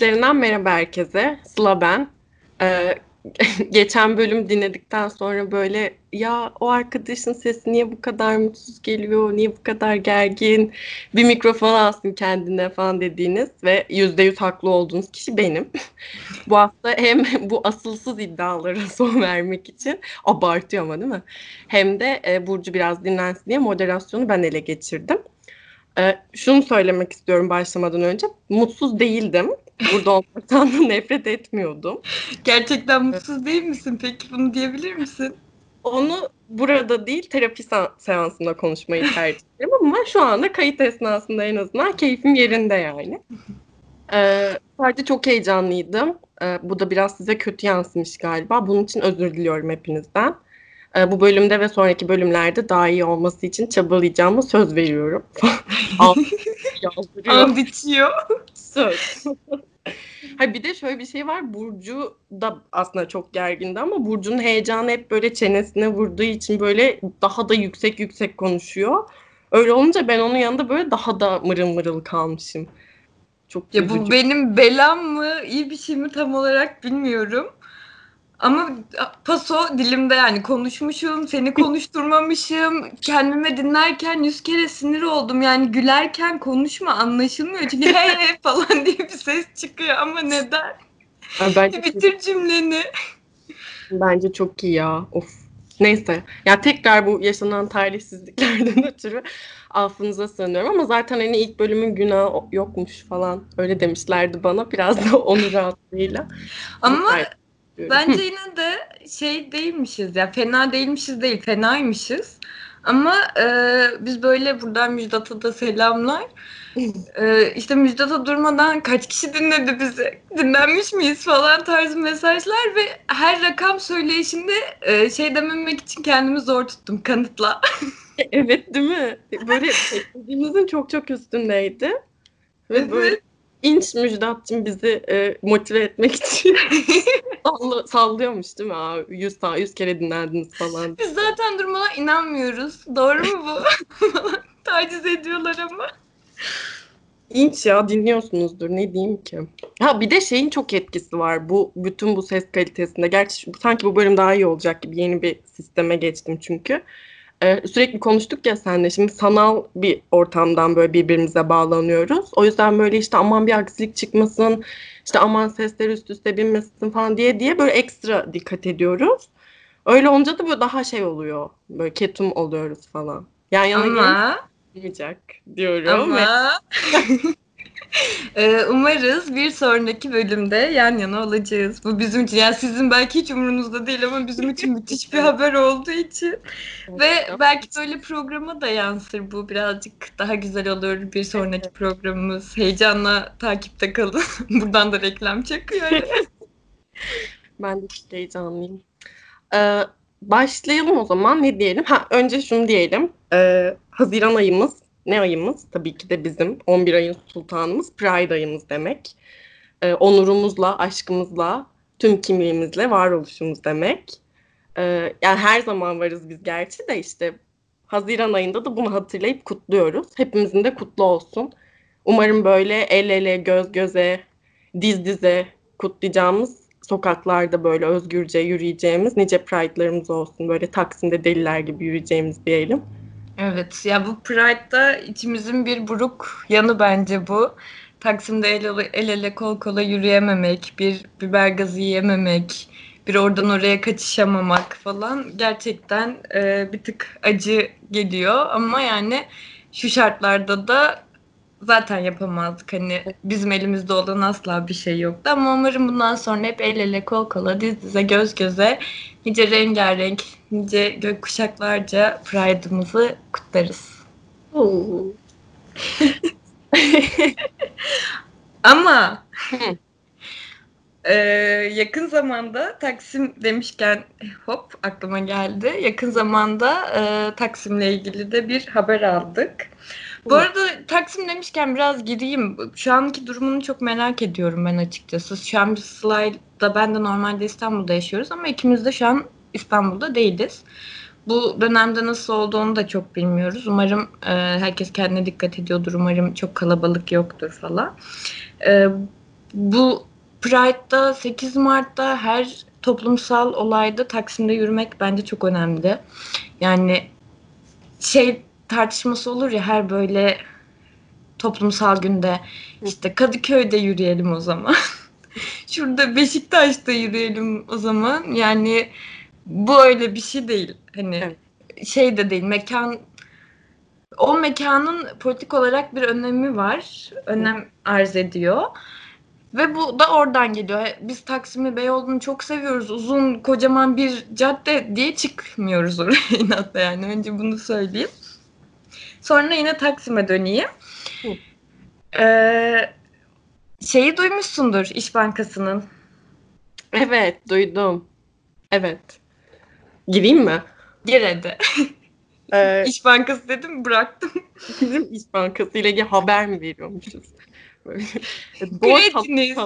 Seslerinden merhaba herkese. Sıla ben. Ee, Geçen bölüm dinledikten sonra böyle ya o arkadaşın sesi niye bu kadar mutsuz geliyor, niye bu kadar gergin, bir mikrofon alsın kendine falan dediğiniz ve %100 haklı olduğunuz kişi benim. Bu hafta hem bu asılsız iddialara son vermek için abartıyor ama değil mi? Hem de Burcu biraz dinlensin diye moderasyonu ben ele geçirdim. Şunu söylemek istiyorum başlamadan önce. Mutsuz değildim. Burada olmaktan da nefret etmiyordum. Gerçekten mutsuz değil misin? Peki bunu diyebilir misin? Onu burada değil terapi seansında konuşmayı tercih ederim ama şu anda kayıt esnasında en azından keyfim yerinde yani. Sadece çok heyecanlıydım. Bu da biraz size kötü yansımış galiba. Bunun için özür diliyorum hepinizden. Bu bölümde ve sonraki bölümlerde daha iyi olması için çabalayacağıma söz veriyorum. Alt yazdırıyor. And içiyor. Söz. Ha bir de şöyle bir şey var. Burcu da aslında çok gergindi ama Burcu'nun heyecanı hep böyle çenesine vurduğu için böyle daha da yüksek yüksek konuşuyor. Öyle olunca ben onun yanında böyle daha da mırıl mırıl kalmışım. Çok Ya bu üzücü. benim belam mı, iyi bir şey mi tam olarak bilmiyorum. Ama paso dilimde yani konuşmuşum, seni konuşturmamışım. Kendime dinlerken 100 kere sinir oldum. Yani gülerken konuşma anlaşılmıyor. Çünkü he he falan diye bir ses çıkıyor ama neden? Ay, Bitir cümleni. bence çok iyi ya. Of. Neyse. Ya tekrar bu yaşanan talihsizliklerden ötürü affınıza sığınıyorum ama zaten hani ilk bölümün günahı yokmuş falan. Öyle demişlerdi bana. Biraz da onun rahatlığıyla. Bunu Ama tercih ediyorum. bence yine de şey değilmişiz ya, fena değilmişiz değil, fenaymışız. Ama biz böyle buradan Müjdat'a da selamlar. İşte Müjdat'a durmadan kaç kişi dinledi bizi, dinlenmiş miyiz falan tarzı mesajlar ve her rakam söyleyişinde şey dememek için kendimi zor tuttum, kanıtla. Evet değil mi? Böyle beklediğimizin çok çok üstündeydi. Ve böyle Evet. inç Müjdat'cığım bizi motive etmek için sallıyormuş değil mi? Aa, 100 kere dinlendiniz falan. Biz zaten durmadan inanmıyoruz. Doğru mu bu? Taciz ediyorlar ama. İnç ya dinliyorsunuzdur ne diyeyim ki. Ha bir de şeyin çok etkisi var bu bütün bu ses kalitesinde. Gerçi sanki bu bölüm daha iyi olacak gibi yeni bir sisteme geçtim çünkü. Sürekli konuştuk ya senle şimdi sanal bir ortamdan böyle birbirimize bağlanıyoruz. O yüzden böyle işte aman bir aksilik çıkmasın, işte aman sesler üst üste binmesin falan diye böyle ekstra dikkat ediyoruz. Öyle olunca da böyle daha şey oluyor. Böyle ketum oluyoruz falan. Yan yana gelince Ama olmayacak diyorum ve ama umarız bir sonraki bölümde yan yana olacağız. Bu bizim için, yani sizin belki hiç umurunuzda değil ama bizim için müthiş bir evet, haber olduğu için. Ve gerçekten. belki böyle programa da yansır bu. Birazcık daha güzel olur bir sonraki programımız. Heyecanla takipte kalın. Buradan da reklam çakıyorum. Ben de çok heyecanlıyım. Ee, Başlayalım o zaman. Ne diyelim? Ha, önce şunu diyelim. Haziran ayımız ne ayımız? Tabii ki de bizim 11 ayın sultanımız Pride ayımız demek. Onurumuzla, aşkımızla, tüm kimliğimizle varoluşumuz demek. Yani her zaman varız biz gerçi de işte Haziran ayında da bunu hatırlayıp kutluyoruz. Hepimizin de kutlu olsun. Umarım böyle el ele, göz göze, diz dize kutlayacağımız sokaklarda böyle özgürce yürüyeceğimiz nice Pride'larımız olsun. Böyle Taksim'de deliler gibi yürüyeceğimiz diyelim. Evet, ya bu Pride'da içimizin bir buruk yanı bence bu. Taksim'de el ele kol kola yürüyememek, bir biber gazı yiyememek, bir oradan oraya kaçışamamak falan gerçekten bir tık acı geliyor. Ama yani şu şartlarda da zaten yapamazdık. Hani bizim elimizde olan asla bir şey yoktu. Ama umarım bundan sonra hep el ele kol kola, diz dize, göz göze, nice rengarenk, nice gökkuşaklarca Pride'ımızı kutlarız. Oo. Ama Hı. e, yakın zamanda Taksim demişken hop aklıma geldi. Yakın zamanda Taksim'le ilgili de bir haber aldık. Bu Hı. arada Taksim demişken biraz gireyim. Şu anki durumunu çok merak ediyorum ben açıkçası. Şu an biz Sıla'yla ben de normalde İstanbul'da yaşıyoruz ama ikimiz de şu an İstanbul'da değiliz. Bu dönemde nasıl olduğunu da çok bilmiyoruz. Umarım herkes kendine dikkat ediyordur. Umarım çok kalabalık yoktur falan. E, Bu Pride'da 8 Mart'ta her toplumsal olayda Taksim'de yürümek bence çok önemli. Yani tartışması olur ya her böyle toplumsal günde, işte Kadıköy'de yürüyelim o zaman. Şurada Beşiktaş'ta yürüyelim o zaman. Yani bu öyle bir şey değil. Hani Evet. de değil. O mekanın politik olarak bir önemi var. Önem arz ediyor. Ve bu da oradan geliyor. Biz Taksim'i, Beyoğlu'nu çok seviyoruz. Uzun, kocaman bir cadde diye çıkmıyoruz oraya inatla yani. Önce bunu söyleyeyim. Sonra yine Taksim'e döneyim. Ee, duymuşsundur İş Bankası'nın. Evet, duydum. Evet. Gireyim mi? Gir hadi. Ee, İş Bankası dedim bıraktım. bizim İş Bankası ile ilgili haber mi veriyormuşuz? Böyle borç hattı Krediniz. falan.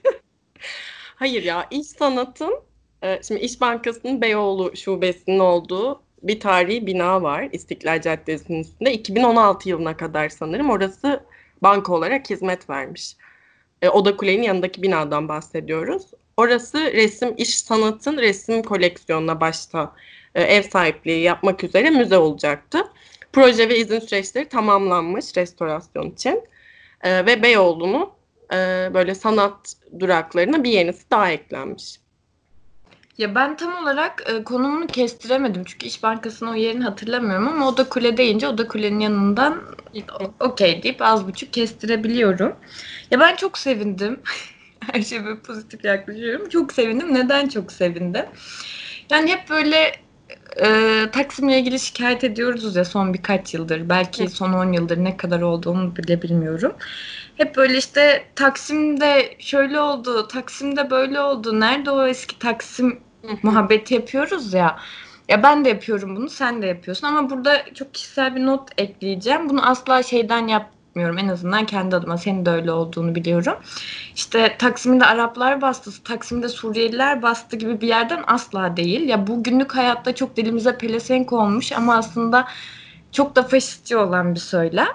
Hayır ya, İş Sanat'ın şimdi İş Bankası'nın Beyoğlu şubesinin olduğu bir tarihi bina var İstiklal Caddesi'nin üstünde. 2016 yılına kadar sanırım orası banka olarak hizmet vermiş. Oda Kule'nin yanındaki binadan bahsediyoruz. Orası İş Sanat'ın resim koleksiyonuna başta ev sahipliği yapmak üzere müze olacaktı. Proje ve izin süreçleri tamamlanmış restorasyon için. Ve Beyoğlu'nu böyle sanat duraklarına bir yenisi daha eklenmiş. Ya ben tam olarak konumunu kestiremedim. Çünkü İş Bankası'nın o yerini hatırlamıyorum ama Oda Kule deyince Oda Kule'nin yanından okey deyip az buçuk kestirebiliyorum. Ya ben çok sevindim. Her şeye böyle pozitif yaklaşıyorum. Çok sevindim. Neden çok sevindim? Yani hep böyle Taksim'le ilgili şikayet ediyoruz ya son birkaç yıldır. Belki son 10 yıldır ne kadar olduğunu bile bilmiyorum. Hep böyle işte Taksim'de şöyle oldu, Taksim'de böyle oldu. Nerede o eski Taksim muhabbeti yapıyoruz ya. Ya ben de yapıyorum bunu, sen de yapıyorsun ama burada çok kişisel bir not ekleyeceğim. Bunu asla yapmıyorum. En azından kendi adıma. Senin de öyle olduğunu biliyorum. İşte Taksim'de Araplar bastı, Taksim'de Suriyeliler bastı gibi bir yerden asla değil. Ya bu günlük hayatta çok dilimize pelesenk olmuş ama aslında çok da faşistçi olan bir söylem.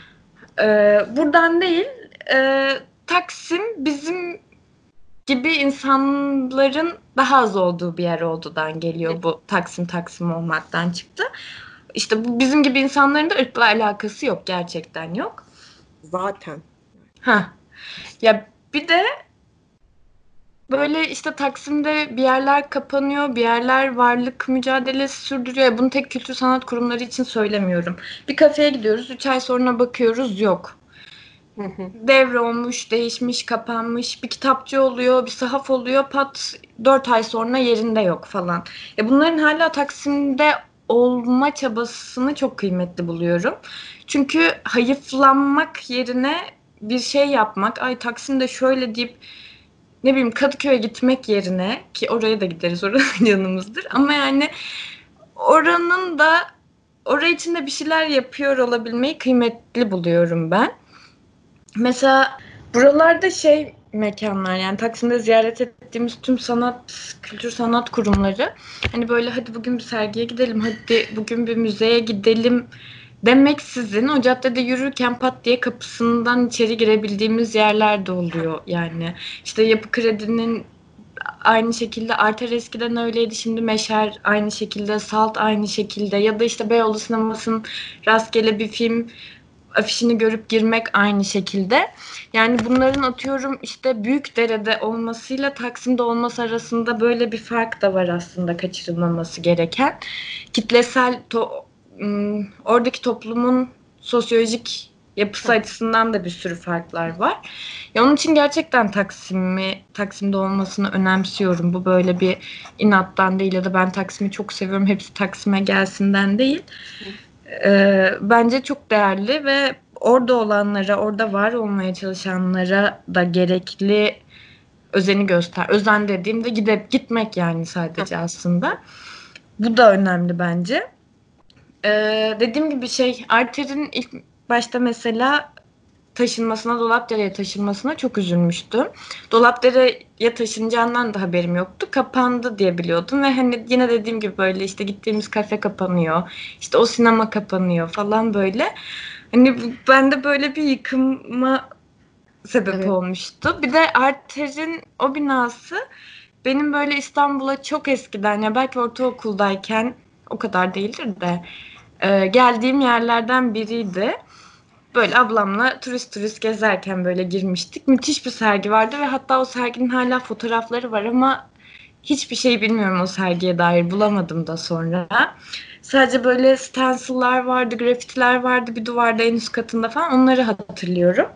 Buradan değil, e, Taksim bizim gibi insanların daha az olduğu bir yer olduğundan geliyor bu Taksim olmaktan çıktı. İşte bu bizim gibi insanların da ırkla alakası yok, gerçekten yok. Zaten. Ha. Ya bir de böyle işte Taksim'de bir yerler kapanıyor, bir yerler varlık mücadelesi sürdürüyor. Bunu tek kültür sanat kurumları için söylemiyorum. Bir kafeye gidiyoruz, 3 ay sonra bakıyoruz yok. Devre olmuş, değişmiş, kapanmış. Bir kitapçı oluyor, bir sahaf oluyor, pat 4 ay sonra yerinde yok falan. Bunların hala Taksim'de olma çabasını çok kıymetli buluyorum. Çünkü hayıflanmak yerine bir şey yapmak, ay Taksim'de şöyle deyip ne bileyim Kadıköy'e gitmek yerine ki oraya da gideriz oranın yanımızdır ama yani oranın da oraya için de bir şeyler yapıyor olabilmeyi kıymetli buluyorum ben. Mesela buralarda mekanlar yani Taksim'de ziyaret ettiğimiz tüm kültür sanat kurumları hani böyle hadi bugün bir sergiye gidelim, hadi bugün bir müzeye gidelim demeksizin o caddede yürürken pat diye kapısından içeri girebildiğimiz yerler de oluyor yani. İşte Yapı Kredi'nin aynı şekilde Arter eskiden öyleydi. Şimdi Meşer aynı şekilde, Salt aynı şekilde ya da işte Beyoğlu Sineması'nın rastgele bir film afişini görüp girmek aynı şekilde. Yani bunların atıyorum işte Büyükdere'de olmasıyla Taksim'de olması arasında böyle bir fark da var aslında kaçırılmaması gereken. Kitlesel oradaki toplumun sosyolojik yapısı açısından da bir sürü farklar var. Ya onun için gerçekten Taksim'de olmasını önemsiyorum. Bu böyle bir inattan değil ya da ben Taksim'i çok seviyorum, hepsi Taksim'e gelsinden değil. Bence çok değerli ve orada olanlara, orada var olmaya çalışanlara da gerekli özeni göster. Özen dediğimde gitmek yani sadece aslında. Bu da önemli bence. Dediğim gibi Arter'in ilk başta mesela Dolapdere'ye taşınmasına çok üzülmüştüm. Dolapdere'ye taşınacağından da haberim yoktu. Kapandı diye biliyordum ve hani yine dediğim gibi böyle işte gittiğimiz kafe kapanıyor. İşte o sinema kapanıyor falan böyle. Hani bende böyle bir yıkıma sebep Evet. olmuştu. Bir de Arter'in o binası benim böyle İstanbul'a çok eskiden, ya belki ortaokuldayken, o kadar değildir de geldiğim yerlerden biriydi. Böyle ablamla turist gezerken böyle girmiştik. Müthiş bir sergi vardı ve hatta o serginin hala fotoğrafları var ama hiçbir şey bilmiyorum o sergiye dair, bulamadım da sonra. Sadece böyle stencil'lar vardı, grafitiler vardı bir duvarda en üst katında falan, onları hatırlıyorum.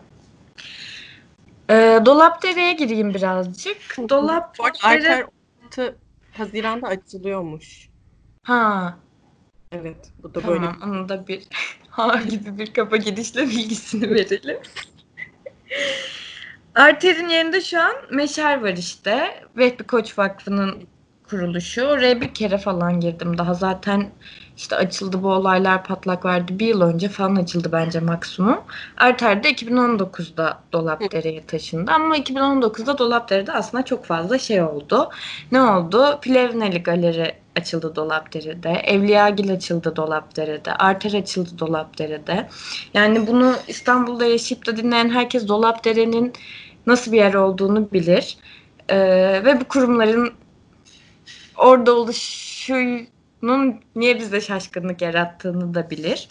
Dolapdere'ye gireyim birazcık. Hı hı. Bu arada Dolapdere... Arter 16 Haziran'da açılıyormuş. Ha, Evet, bu da böyle tamam, bir... onu da bir ha gibi bir kapa gidişle bilgisini verelim. Arter'in yerinde şu an Meşer var işte. Vehbi Koç Vakfı'nın kuruluşu. Oraya bir kere falan girdim. Daha zaten işte açıldı, bu olaylar patlak verdi. Bir yıl önce falan açıldı bence maksimum. Arter de 2019'da Dolapdere'ye taşındı. Ama 2019'da Dolapdere'de aslında çok fazla şey oldu. Ne oldu? Plevneli Galeri açıldı Dolapdere'de. Evliyagil açıldı Dolapdere'de. Arter açıldı Dolapdere'de. Yani bunu İstanbul'da yaşayıp da dinleyen herkes Dolapdere'nin nasıl bir yer olduğunu bilir. Ve bu kurumların orada oluşunun niye bizde şaşkınlık yarattığını da bilir.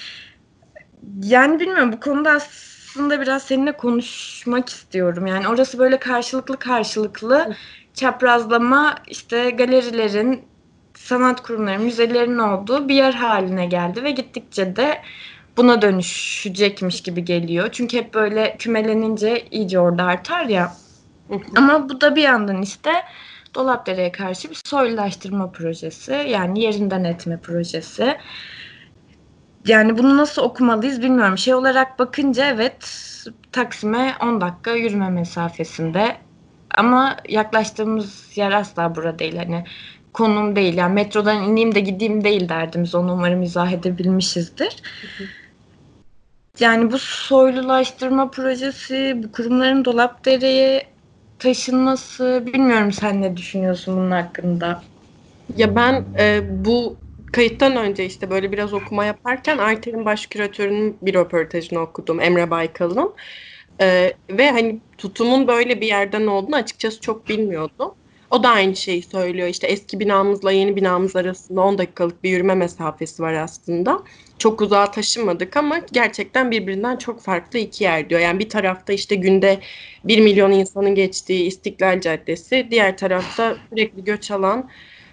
Yani bilmiyorum, bu konuda aslında biraz seninle konuşmak istiyorum. Yani orası böyle karşılıklı çaprazlama, işte galerilerin, sanat kurumları, müzelerin olduğu bir yer haline geldi ve gittikçe de buna dönüşecekmiş gibi geliyor. Çünkü hep böyle kümelenince iyice orada artar ya. Hı hı. Ama bu da bir yandan işte Dolapdere'ye karşı bir soylulaştırma projesi, yani yerinden etme projesi. Yani bunu nasıl okumalıyız bilmiyorum. Şey olarak bakınca evet, Taksim'e 10 dakika yürüme mesafesinde. Ama yaklaştığımız yer asla bura değil. Hani konum değil. Yani metrodan ineyim de gideyim değil derdimiz. Onu umarım izah edebilmişizdir. Yani bu soylulaştırma projesi, bu kurumların Dolapdere'ye taşınması, bilmiyorum, sen ne düşünüyorsun bunun hakkında? Ya ben bu kayıttan önce işte böyle biraz okuma yaparken Arter'in baş küratörünün bir röportajını okudum, Emre Baykal'ın. Ve hani tutumun böyle bir yerden olduğunu açıkçası çok bilmiyordum. O da aynı şeyi söylüyor. İşte eski binamızla yeni binamız arasında 10 dakikalık bir yürüme mesafesi var aslında. Çok uzağa taşınmadık ama gerçekten birbirinden çok farklı iki yer diyor. Yani bir tarafta işte günde 1 milyon insanın geçtiği İstiklal Caddesi, diğer tarafta sürekli göç alan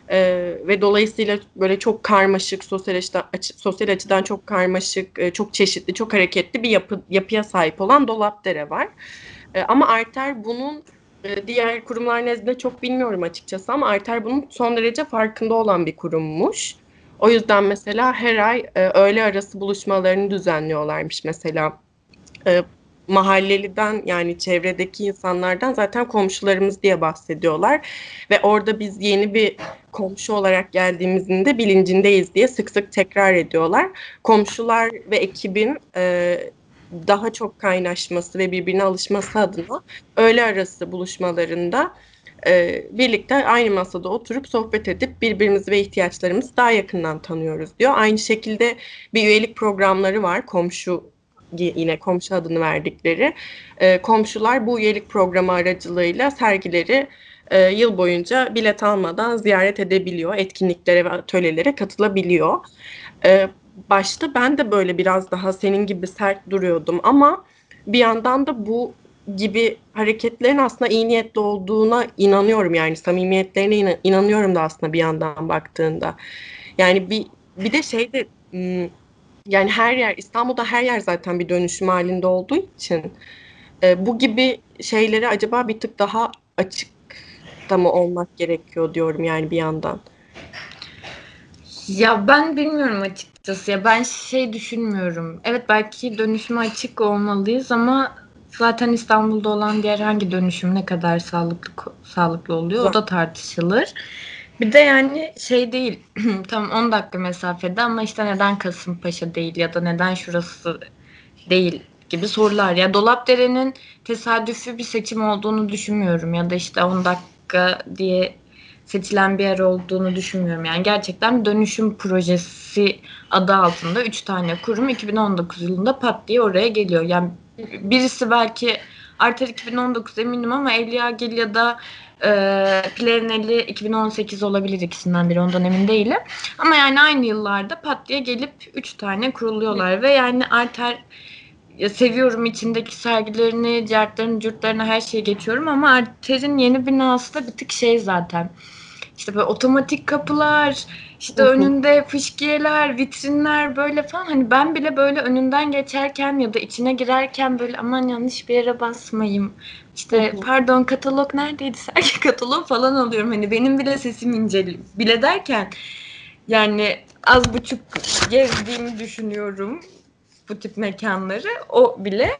ve dolayısıyla böyle çok karmaşık, sosyal açıdan çok karmaşık, çok çeşitli, çok hareketli bir yapıya sahip olan Dolapdere var. Ama Arter bunun diğer kurumlar nezdinde çok bilmiyorum açıkçası ama Arter bunun son derece farkında olan bir kurummuş. O yüzden mesela her ay öğle arası buluşmalarını düzenliyorlarmış mesela. e, Mahalleliden, yani çevredeki insanlardan zaten komşularımız diye bahsediyorlar ve orada biz yeni bir komşu olarak geldiğimizin de bilincindeyiz diye sık sık tekrar ediyorlar. Komşular ve ekibin daha çok kaynaşması ve birbirine alışması adına öğle arası buluşmalarında birlikte aynı masada oturup sohbet edip birbirimizi ve ihtiyaçlarımızı daha yakından tanıyoruz diyor. Aynı şekilde bir üyelik programları var. Yine komşu adını verdikleri. Komşular bu üyelik programı aracılığıyla sergileri yıl boyunca bilet almadan ziyaret edebiliyor. Etkinliklere ve atölyelere katılabiliyor. Başta ben de böyle biraz daha senin gibi sert duruyordum ama bir yandan da bu gibi hareketlerin aslında iyi niyetli olduğuna inanıyorum, yani samimiyetlerine inanıyorum da aslında bir yandan baktığında. Yani bir de şey de yani her yer, İstanbul'da her yer zaten bir dönüşüm halinde olduğu için bu gibi şeyleri acaba bir tık daha açık da mı olmak gerekiyor diyorum yani bir yandan. Ya ben bilmiyorum açıkçası. Ya ben şey düşünmüyorum. Evet, belki dönüşüme açık olmalıyız ama zaten İstanbul'da olan diğer hangi dönüşüm ne kadar sağlıklı oluyor, o da tartışılır. Bir de yani şey değil. Tamam, 10 dakika mesafede ama işte neden Kasımpaşa değil ya da neden şurası değil gibi sorular. Ya Dolapdere'nin tesadüfi bir seçim olduğunu düşünmüyorum ya da işte 10 dakika diye seçilen bir yer olduğunu düşünmüyorum. Yani gerçekten dönüşüm projesi adı altında 3 tane kurum 2019 yılında pat diye oraya geliyor. Yani birisi belki Arter 2019 eminim ama Evliya ya da Plenel'i 2018 olabilir, ikisinden biri, ondan emin değilim. Ama yani aynı yıllarda pat diye gelip 3 tane kuruluyorlar ve yani Arter, ya seviyorum içindeki sergilerini, cartlarını, curtlarını, her şeyi geçiyorum ama Arter'in yeni binası da bir tık şey zaten. İşte böyle otomatik kapılar, işte önünde fıskiyeler, vitrinler böyle falan. Hani ben bile böyle önünden geçerken ya da içine girerken böyle aman yanlış bir yere basmayayım. İşte pardon, katalog neredeydi? Sergi katalog falan alıyorum. Hani benim bile sesim inceliyor. Bile derken yani az buçuk gezdiğimi düşünüyorum bu tip mekanları. O bile.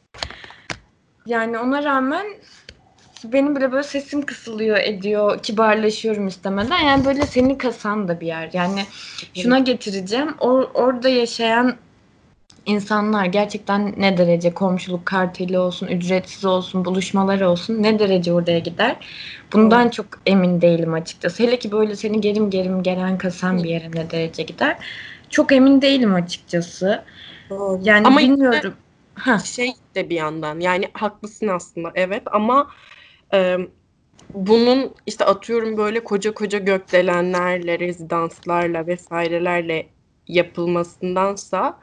Yani ona rağmen benim bile böyle sesim kısılıyor ediyor, kibarlaşıyorum istemeden. Yani böyle seni kasan da bir yer. Yani şuna getireceğim. Orada yaşayan insanlar gerçekten ne derece, komşuluk karteli olsun, ücretsiz olsun, buluşmalar olsun, ne derece oraya gider? Bundan çok emin değilim açıkçası. Hele ki böyle seni gerim gerim gelen kasan bir yere ne derece gider? Çok emin değilim açıkçası. Doğru. Yani Ama işte bilmiyorum. Ha. şey de bir yandan yani haklısın aslında, evet, ama e, bunun işte atıyorum böyle koca koca gökdelenlerle, rezidanslarla vesairelerle yapılmasındansa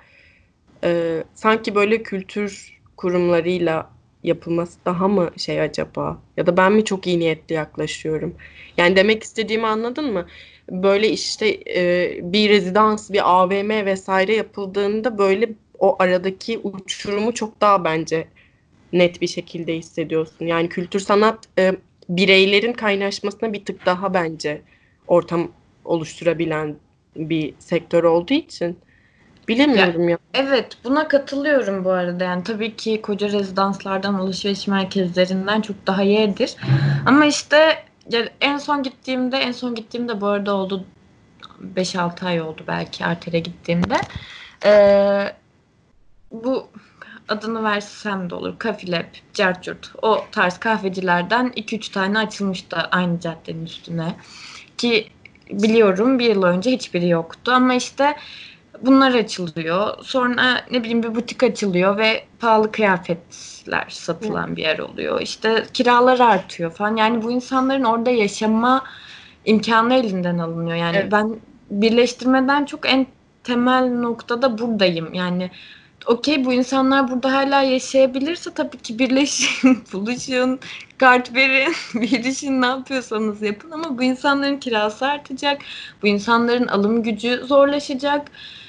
sanki böyle kültür kurumlarıyla yapılması daha mı şey acaba? Ya da ben mi çok iyi niyetli yaklaşıyorum? Yani demek istediğimi anladın mı? Böyle işte bir rezidans, bir AVM vesaire yapıldığında böyle o aradaki uçurumu çok daha bence net bir şekilde hissediyorsun. Yani kültür sanat bireylerin kaynaşmasına bir tık daha bence ortam oluşturabilen bir sektör olduğu için Ya bilemiyorum ya. evet, buna katılıyorum bu arada. Yani tabii ki koca rezidanslardan, alışveriş merkezlerinden çok daha iyidir. Ama işte ya en son gittiğimde bu arada oldu, 5-6 ay oldu belki Arter'e gittiğimde. Ee, Bu adını versem de olur. Kafilep, Cercurt, o tarz kahvecilerden 2-3 tane açılmıştı aynı caddenin üstüne. Ki biliyorum bir yıl önce hiçbiri yoktu ama işte bunlar açılıyor. Sonra ne bileyim bir butik açılıyor ve pahalı kıyafetler satılan bir yer oluyor. İşte kiralar artıyor falan. Yani bu insanların orada yaşama imkanı elinden alınıyor. Yani Evet. ben birleştirmeden çok en temel noktada buradayım. Yani okey, bu insanlar burada hala yaşayabilirse tabii ki birleşin, buluşun, kart verin, birleşin, ne yapıyorsanız yapın ama bu insanların kirası artacak, bu insanların alım gücü zorlaşacak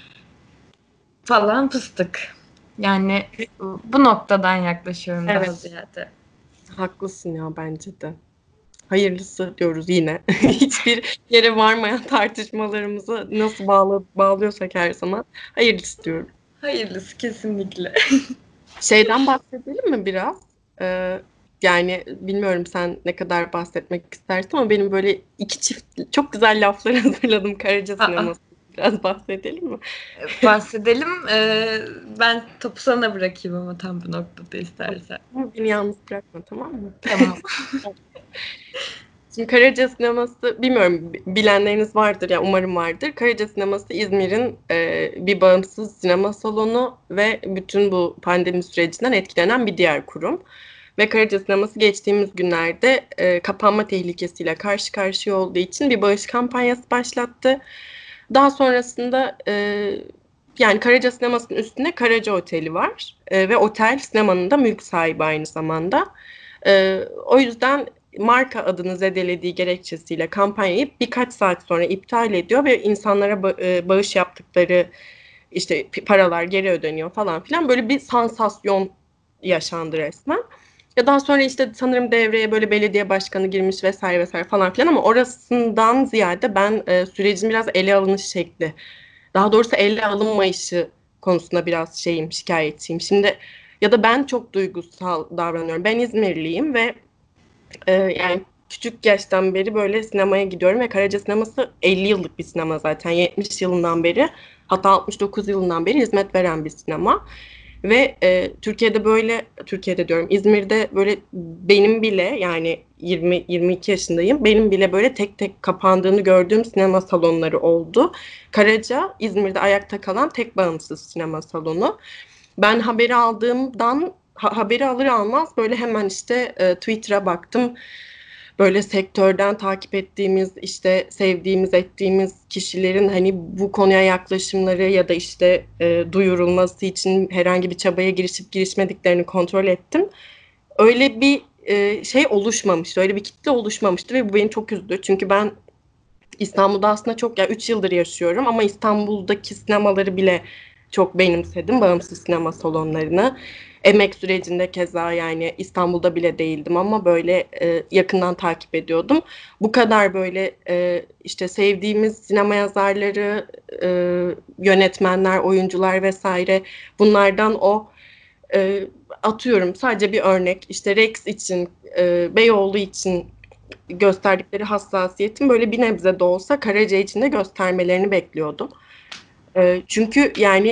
falan fıstık. Yani bu noktadan yaklaşıyorum daha Evet, ziyade. haklısın ya bence de. Hayırlısı diyoruz yine. Hiçbir yere varmayan tartışmalarımızı nasıl bağlıyorsak her zaman hayırlısı diyorum. Hayırlısı kesinlikle. Şeyden bahsedelim mi biraz? Yani bilmiyorum sen ne kadar bahsetmek istersin ama benim böyle iki çift çok güzel laflar hazırladım Karaca Aa, sineması. Biraz bahsedelim mi? bahsedelim. Ben topu sana bırakayım ama tam bu noktada istersen. Ama beni yalnız bırakma, tamam mı? Tamam. Şimdi Karaca Sineması, bilmiyorum bilenleriniz vardır ya, umarım vardır. Karaca Sineması İzmir'in bir bağımsız sinema salonu ve bütün bu pandemi sürecinden etkilenen bir diğer kurum. Ve Karaca Sineması geçtiğimiz günlerde kapanma tehlikesiyle karşı karşıya olduğu için bir bağış kampanyası başlattı. Daha sonrasında yani Karaca Sineması'nın üstünde Karaca Oteli var. Ve otel sinemanın da mülk sahibi aynı zamanda. O yüzden marka adını zedelediği gerekçesiyle kampanyayı birkaç saat sonra iptal ediyor ve insanlara bağış yaptıkları işte paralar geri ödeniyor falan filan. Böyle bir sansasyon yaşandı resmen. Ya daha sonra işte sanırım devreye böyle belediye başkanı girmiş vesaire vesaire falan filan, ama orasından ziyade ben sürecin biraz ele alınış şekli, daha doğrusu ele alınmayışı konusunda biraz şikayetçiyim. Şimdi ya da ben çok duygusal davranıyorum. Ben İzmirliyim ve yani küçük yaştan beri böyle sinemaya gidiyorum ve Karaca Sineması 50 yıllık bir sinema zaten. 70 yılından beri, hatta 69 yılından beri hizmet veren bir sinema. Ve Türkiye'de böyle, Türkiye'de diyorum, İzmir'de böyle benim bile, yani 20-22 yaşındayım. Benim bile böyle tek tek kapandığını gördüğüm sinema salonları oldu. Karaca İzmir'de ayakta kalan tek bağımsız sinema salonu. Ben haberi aldığımdan haberi alır almaz böyle hemen işte Twitter'a baktım. Böyle sektörden takip ettiğimiz, işte sevdiğimiz, ettiğimiz kişilerin hani bu konuya yaklaşımları ya da işte duyurulması için herhangi bir çabaya girişip girişmediklerini kontrol ettim. Öyle bir şey oluşmamıştı, öyle bir kitle oluşmamıştı ve bu beni çok üzdü. Çünkü ben İstanbul'da aslında çok, ya 3 yıldır yaşıyorum ama İstanbul'daki sinemaları bile çok benimsedim. Bağımsız sinema salonlarını. Emek sürecinde keza yani İstanbul'da bile değildim ama böyle yakından takip ediyordum. Bu kadar böyle işte sevdiğimiz sinema yazarları, e, yönetmenler, oyuncular vesaire bunlardan o atıyorum sadece bir örnek işte Rex için, Beyoğlu için gösterdikleri hassasiyetin böyle bir nebze de olsa Karaca için de göstermelerini bekliyordum. Çünkü yani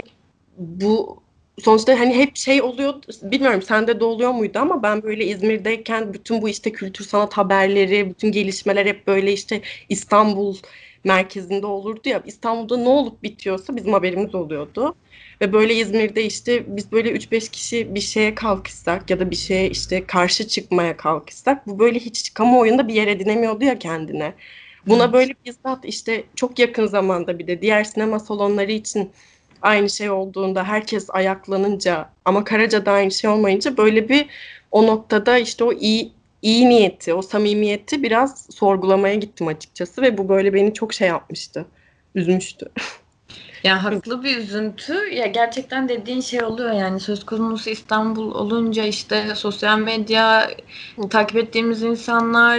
bu sonuçta hani hep şey oluyor, bilmiyorum sende de oluyor muydu ama ben böyle İzmir'deyken bütün bu işte kültür sanat haberleri, bütün gelişmeler hep böyle işte İstanbul merkezinde olurdu ya. İstanbul'da ne olup bitiyorsa bizim haberimiz oluyordu. Ve böyle İzmir'de işte biz böyle 3-5 kişi bir şeye kalkışsak ya da bir şeye işte karşı çıkmaya kalkışsak bu böyle hiç kamuoyunda bir yer edinemiyordu ya kendine. Buna Evet. böyle bizzat işte çok yakın zamanda bir de diğer sinema salonları için aynı şey olduğunda herkes ayaklanınca ama Karaca'da aynı şey olmayınca böyle bir o noktada işte o iyi niyeti, o samimiyeti biraz sorgulamaya gittim açıkçası ve bu böyle beni çok şey yapmıştı. Üzmüştü. Ya haklı bir üzüntü. Ya gerçekten dediğin şey oluyor yani söz konusu İstanbul olunca işte sosyal medya takip ettiğimiz insanlar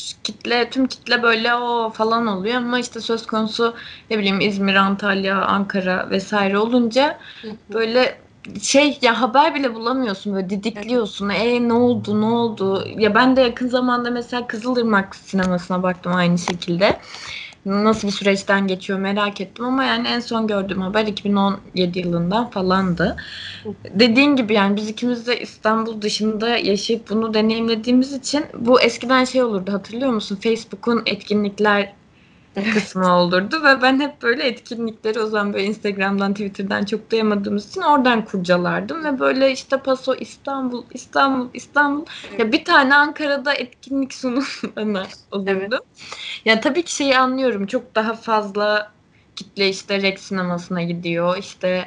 tüm kitle böyle o falan oluyor ama işte söz konusu ne bileyim İzmir, Antalya, Ankara vesaire olunca böyle şey ya haber bile bulamıyorsun böyle Evet, didikliyorsun. Ne oldu ne oldu? Ya ben de yakın zamanda mesela Kızılırmak sinemasına baktım aynı şekilde. Nasıl bir süreçten geçiyor merak ettim ama yani en son gördüğüm haber 2017 yılından falandı. Dediğin gibi yani biz ikimiz de İstanbul dışında yaşayıp bunu deneyimlediğimiz için bu eskiden şey olurdu hatırlıyor musun? Facebook'un etkinlikler kısmı olurdu ve ben hep böyle etkinlikleri o zaman böyle Instagram'dan, Twitter'dan çok duyamadığımız için oradan kurcalardım ve böyle işte Paso İstanbul, İstanbul, İstanbul. Ya evet, bir tane Ankara'da etkinlik sunumuna evet, olurdu. Ya tabii ki şeyi anlıyorum. Çok daha fazla kitle işte Rex sinemasına gidiyor. İşte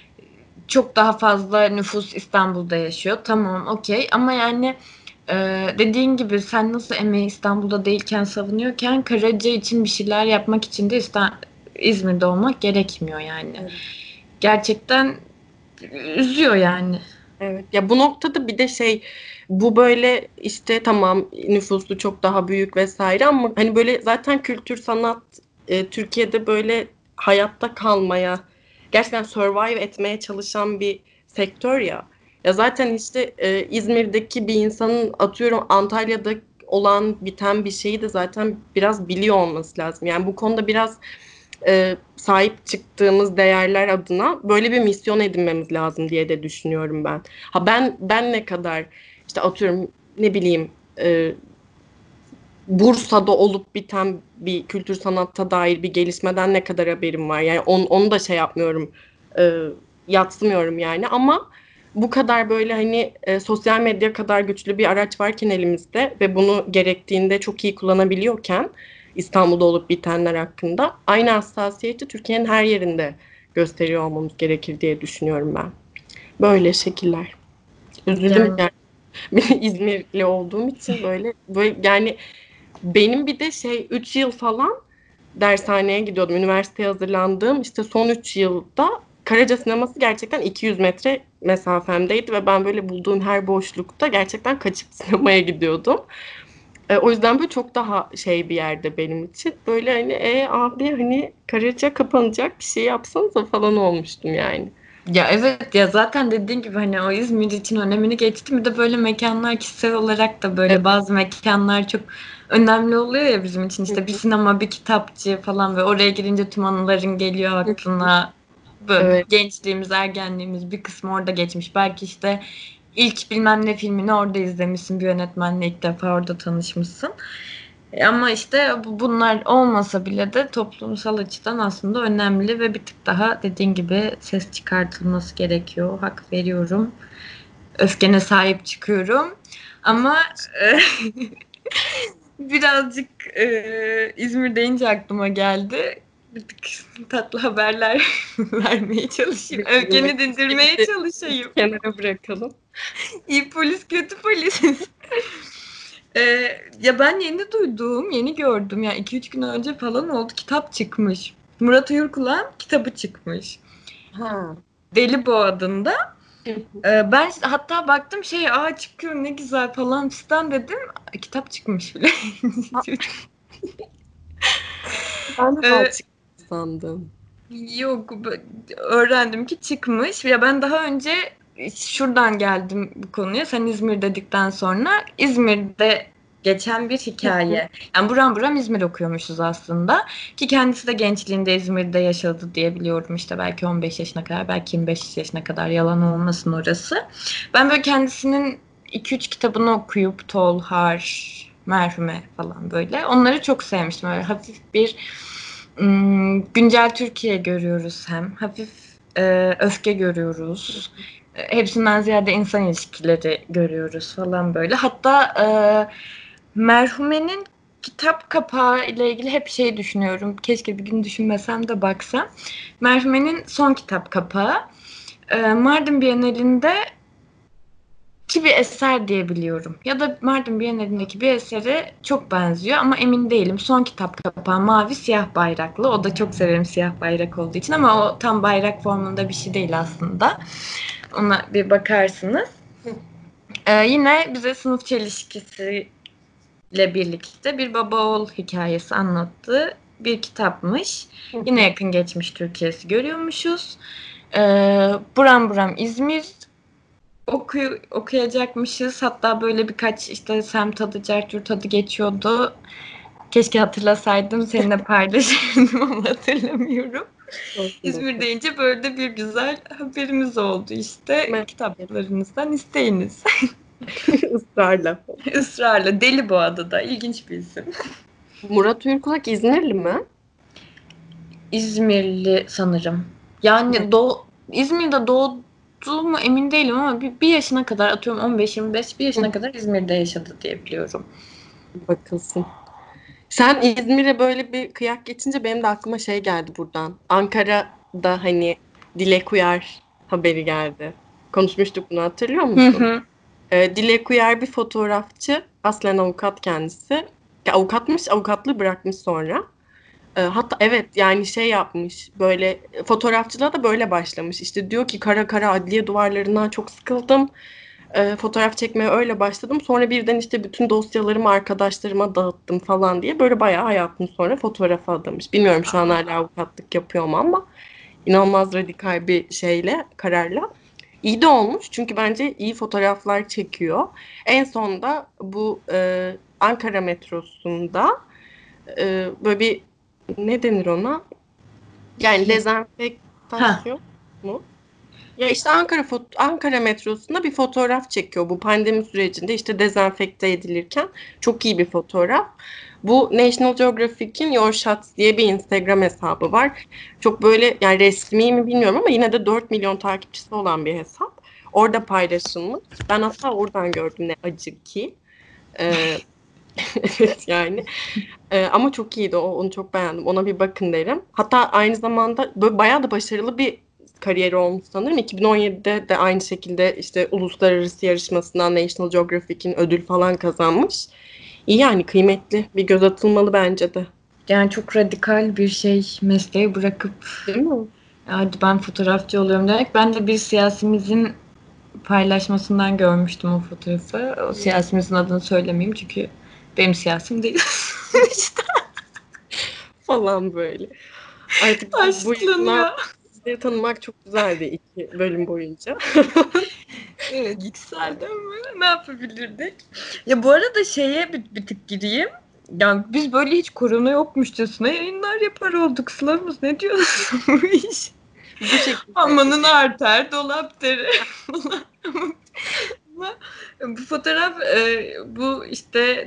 çok daha fazla nüfus İstanbul'da yaşıyor. Tamam, okey. Ama yani e, dediğin gibi sen nasıl emeği İstanbul'da değilken savunuyorken Karaca için bir şeyler yapmak için de İzmir'de olmak gerekmiyor yani. evet. Gerçekten üzüyor yani. Evet. Ya bu noktada bir de şey, bu böyle işte tamam nüfusu çok daha büyük vesaire ama hani böyle zaten kültür sanat Türkiye'de böyle hayatta kalmaya, gerçekten survive etmeye çalışan bir sektör ya. Ya zaten işte İzmir'deki bir insanın atıyorum Antalya'da olan biten bir şeyi de zaten biraz biliyor olması lazım. Yani bu konuda biraz sahip çıktığımız değerler adına böyle bir misyon edinmemiz lazım diye de düşünüyorum ben. Ha ben ne kadar işte atıyorum ne bileyim Bursa'da olup biten bir kültür sanatta dair bir gelişmeden ne kadar haberim var. Yani onu da şey yapmıyorum, e, yadsımıyorum yani ama bu kadar böyle hani sosyal medya kadar güçlü bir araç varken elimizde ve bunu gerektiğinde çok iyi kullanabiliyorken İstanbul'da olup bitenler hakkında aynı hassasiyeti Türkiye'nin her yerinde gösteriyor olmamız gerekir diye düşünüyorum ben. Böyle şekiller. Üzüldüm Yani yani. İzmirli olduğum için böyle yani benim bir de şey 3 yıl falan dershaneye gidiyordum. Üniversiteye hazırlandığım işte son 3 yılda Karaca Sineması gerçekten 200 metre mesafemdeydi ve ben böyle bulduğum her boşlukta gerçekten kaçıp sinemaya gidiyordum. O yüzden böyle çok daha şey bir yerde benim için. Böyle hani abi hani Karaca kapanacak bir şey yapsanıza falan olmuştum yani. ya evet ya zaten dediğin gibi hani o İzmir için önemini geçti. Bir de böyle mekanlar kişisel olarak da Evet. böyle bazı mekanlar çok önemli oluyor ya bizim için. Hı İşte bir hı. sinema, bir kitapçı falan ve oraya girince tüm anıların geliyor aklına. Böyle Evet. gençliğimiz, ergenliğimiz bir kısmı orada geçmiş. Belki işte ilk bilmem ne filmini orada izlemişsin. Bir yönetmenle ilk defa orada tanışmışsın. Ama işte bunlar olmasa bile de toplumsal açıdan aslında önemli ve bir tık daha dediğin gibi ses çıkartılması gerekiyor. Hak veriyorum. öfkene sahip çıkıyorum. Ama birazcık İzmir deyince aklıma geldi. Bir tık tatlı haberler vermeye çalışayım. Öfkeni dindirmeye çalışayım. Kenara bırakalım. İyi polis, kötü polis. Ya ben yeni duydum, yeni gördüm. Yani 2-3 gün önce falan oldu. Kitap çıkmış. Murat Uyurkulağ'ın kitabı çıkmış. Ha. Deli Boğa adında. Ben hatta baktım çıkıyor ne güzel falan fistan dedim. Kitap çıkmış bile. Ben de daha Ee, çıktı sandım. Yok, öğrendim ki çıkmış. Ya ben daha önce şuradan geldim bu konuya. Sen İzmir dedikten sonra İzmir'de geçen bir hikaye. Yani buram buram İzmir okuyormuşuz aslında. Ki kendisi de gençliğinde İzmir'de yaşadı diye biliyorum. İşte belki 15 yaşına kadar, belki 25 yaşına kadar, yalan olmasın orası. Ben böyle kendisinin 2-3 kitabını okuyup Tolhar, Merhume falan böyle. Onları çok sevmiştim. Öyle hafif bir güncel Türkiye görüyoruz hem. Hafif öfke görüyoruz. Hepsinden ziyade insan ilişkileri görüyoruz falan böyle. Hatta Merhume'nin kitap kapağı ile ilgili hep düşünüyorum. Keşke bir gün düşünmesem de baksam. Merhume'nin son kitap kapağı. Mardin Bienalinde ki bir eser diye biliyorum. Ya da Mardin Bienalindeki bir esere çok benziyor ama emin değilim. Son kitap kapağı mavi siyah bayraklı. O da çok severim siyah bayrak olduğu için ama o tam bayrak formunda bir şey değil aslında. Ona bir bakarsınız. Yine bize sınıf çelişkisiyle birlikte bir baba oğul hikayesi anlattığı bir kitapmış. Yine yakın geçmiş Türkiye'si görüyormuşuz. Buram buram İzmir okuyacakmışız. Hatta böyle birkaç işte semt adı, Cercurt adı geçiyordu. Keşke hatırlasaydım seninle paylaşırdım ama hatırlamıyorum. Olsun İzmir bakalım. deyince böyle de bir güzel haberimiz oldu işte. Merak ettim. Kitaplarınızdan isteyiniz. Israrla. Israrla. Deli bu adı da. İlginç bir isim. Murat Ürkulak İzmirli mi? İzmirli sanırım. Yani İzmir'de doğdu mu emin değilim ama bir yaşına kadar atıyorum 15-25 bir yaşına kadar İzmir'de yaşadı diye biliyorum. Bakılsın. Sen İzmir'e böyle bir kıyak geçince benim de aklıma şey geldi buradan. Ankara'da hani Dilek Uyar haberi geldi. Konuşmuştuk bunu hatırlıyor Hı musun? hı. Dilek Uyar bir fotoğrafçı. Aslen avukat kendisi. Ya, avukatmış, avukatlığı bırakmış sonra. Hatta evet yani şey yapmış böyle fotoğrafçılığa da böyle başlamış. İşte diyor ki kara kara adliye duvarlarından çok sıkıldım. Fotoğraf çekmeye öyle başladım. Sonra birden işte bütün dosyalarımı arkadaşlarıma dağıttım falan diye böyle bayağı hayatını sonra fotoğrafa adamış. Bilmiyorum şu an hala avukatlık yapıyor mu ama inanılmaz radikal bir şeyle, kararla. İyi de olmuş çünkü bence iyi fotoğraflar çekiyor. En sonda bu Ankara metrosunda böyle bir ne denir ona? Yani Ha. dezenfektasyon mu? Ya işte Ankara metrosunda bir fotoğraf çekiyor bu pandemi sürecinde işte dezenfekte edilirken çok iyi bir fotoğraf. Bu National Geographic'in Your Shots diye bir Instagram hesabı var. Çok böyle yani resmi mi bilmiyorum ama yine de 4 milyon takipçisi olan bir hesap. Orada paylaşılmış. Ben hatta oradan gördüm ne acı ki. Ee, evet yani. Ama çok iyiydi o. Onu çok beğendim. Ona bir bakın derim. Hatta aynı zamanda böyle bayağı da başarılı bir kariyeri olmuş sanırım. 2017'de de aynı şekilde işte uluslararası yarışmasından National Geographic'in ödül falan kazanmış. İyi yani kıymetli. Bir göz atılmalı bence de. Yani çok radikal bir mesleği bırakıp Değil mi? hadi ben fotoğrafçı oluyorum demek. Ben de bir siyasimizin paylaşmasından görmüştüm o fotoğrafı. O siyasimizin adını söylemeyeyim çünkü benim siyasim değil. İşte Falan böyle. Artık bu yayından başlanıyor. sizleri tanımak çok güzeldi 2 bölüm boyunca. Evet, yükseldi ama ne yapabilirdik? Ya bu arada bir tık gireyim. Ya biz böyle hiç korona yokmuşçasına yayınlar yapar olduk. Sıla'mız ne diyorsun bu iş? Bu şekilde. Amanın arter, dolap deri falan. Ama bu fotoğraf bu işte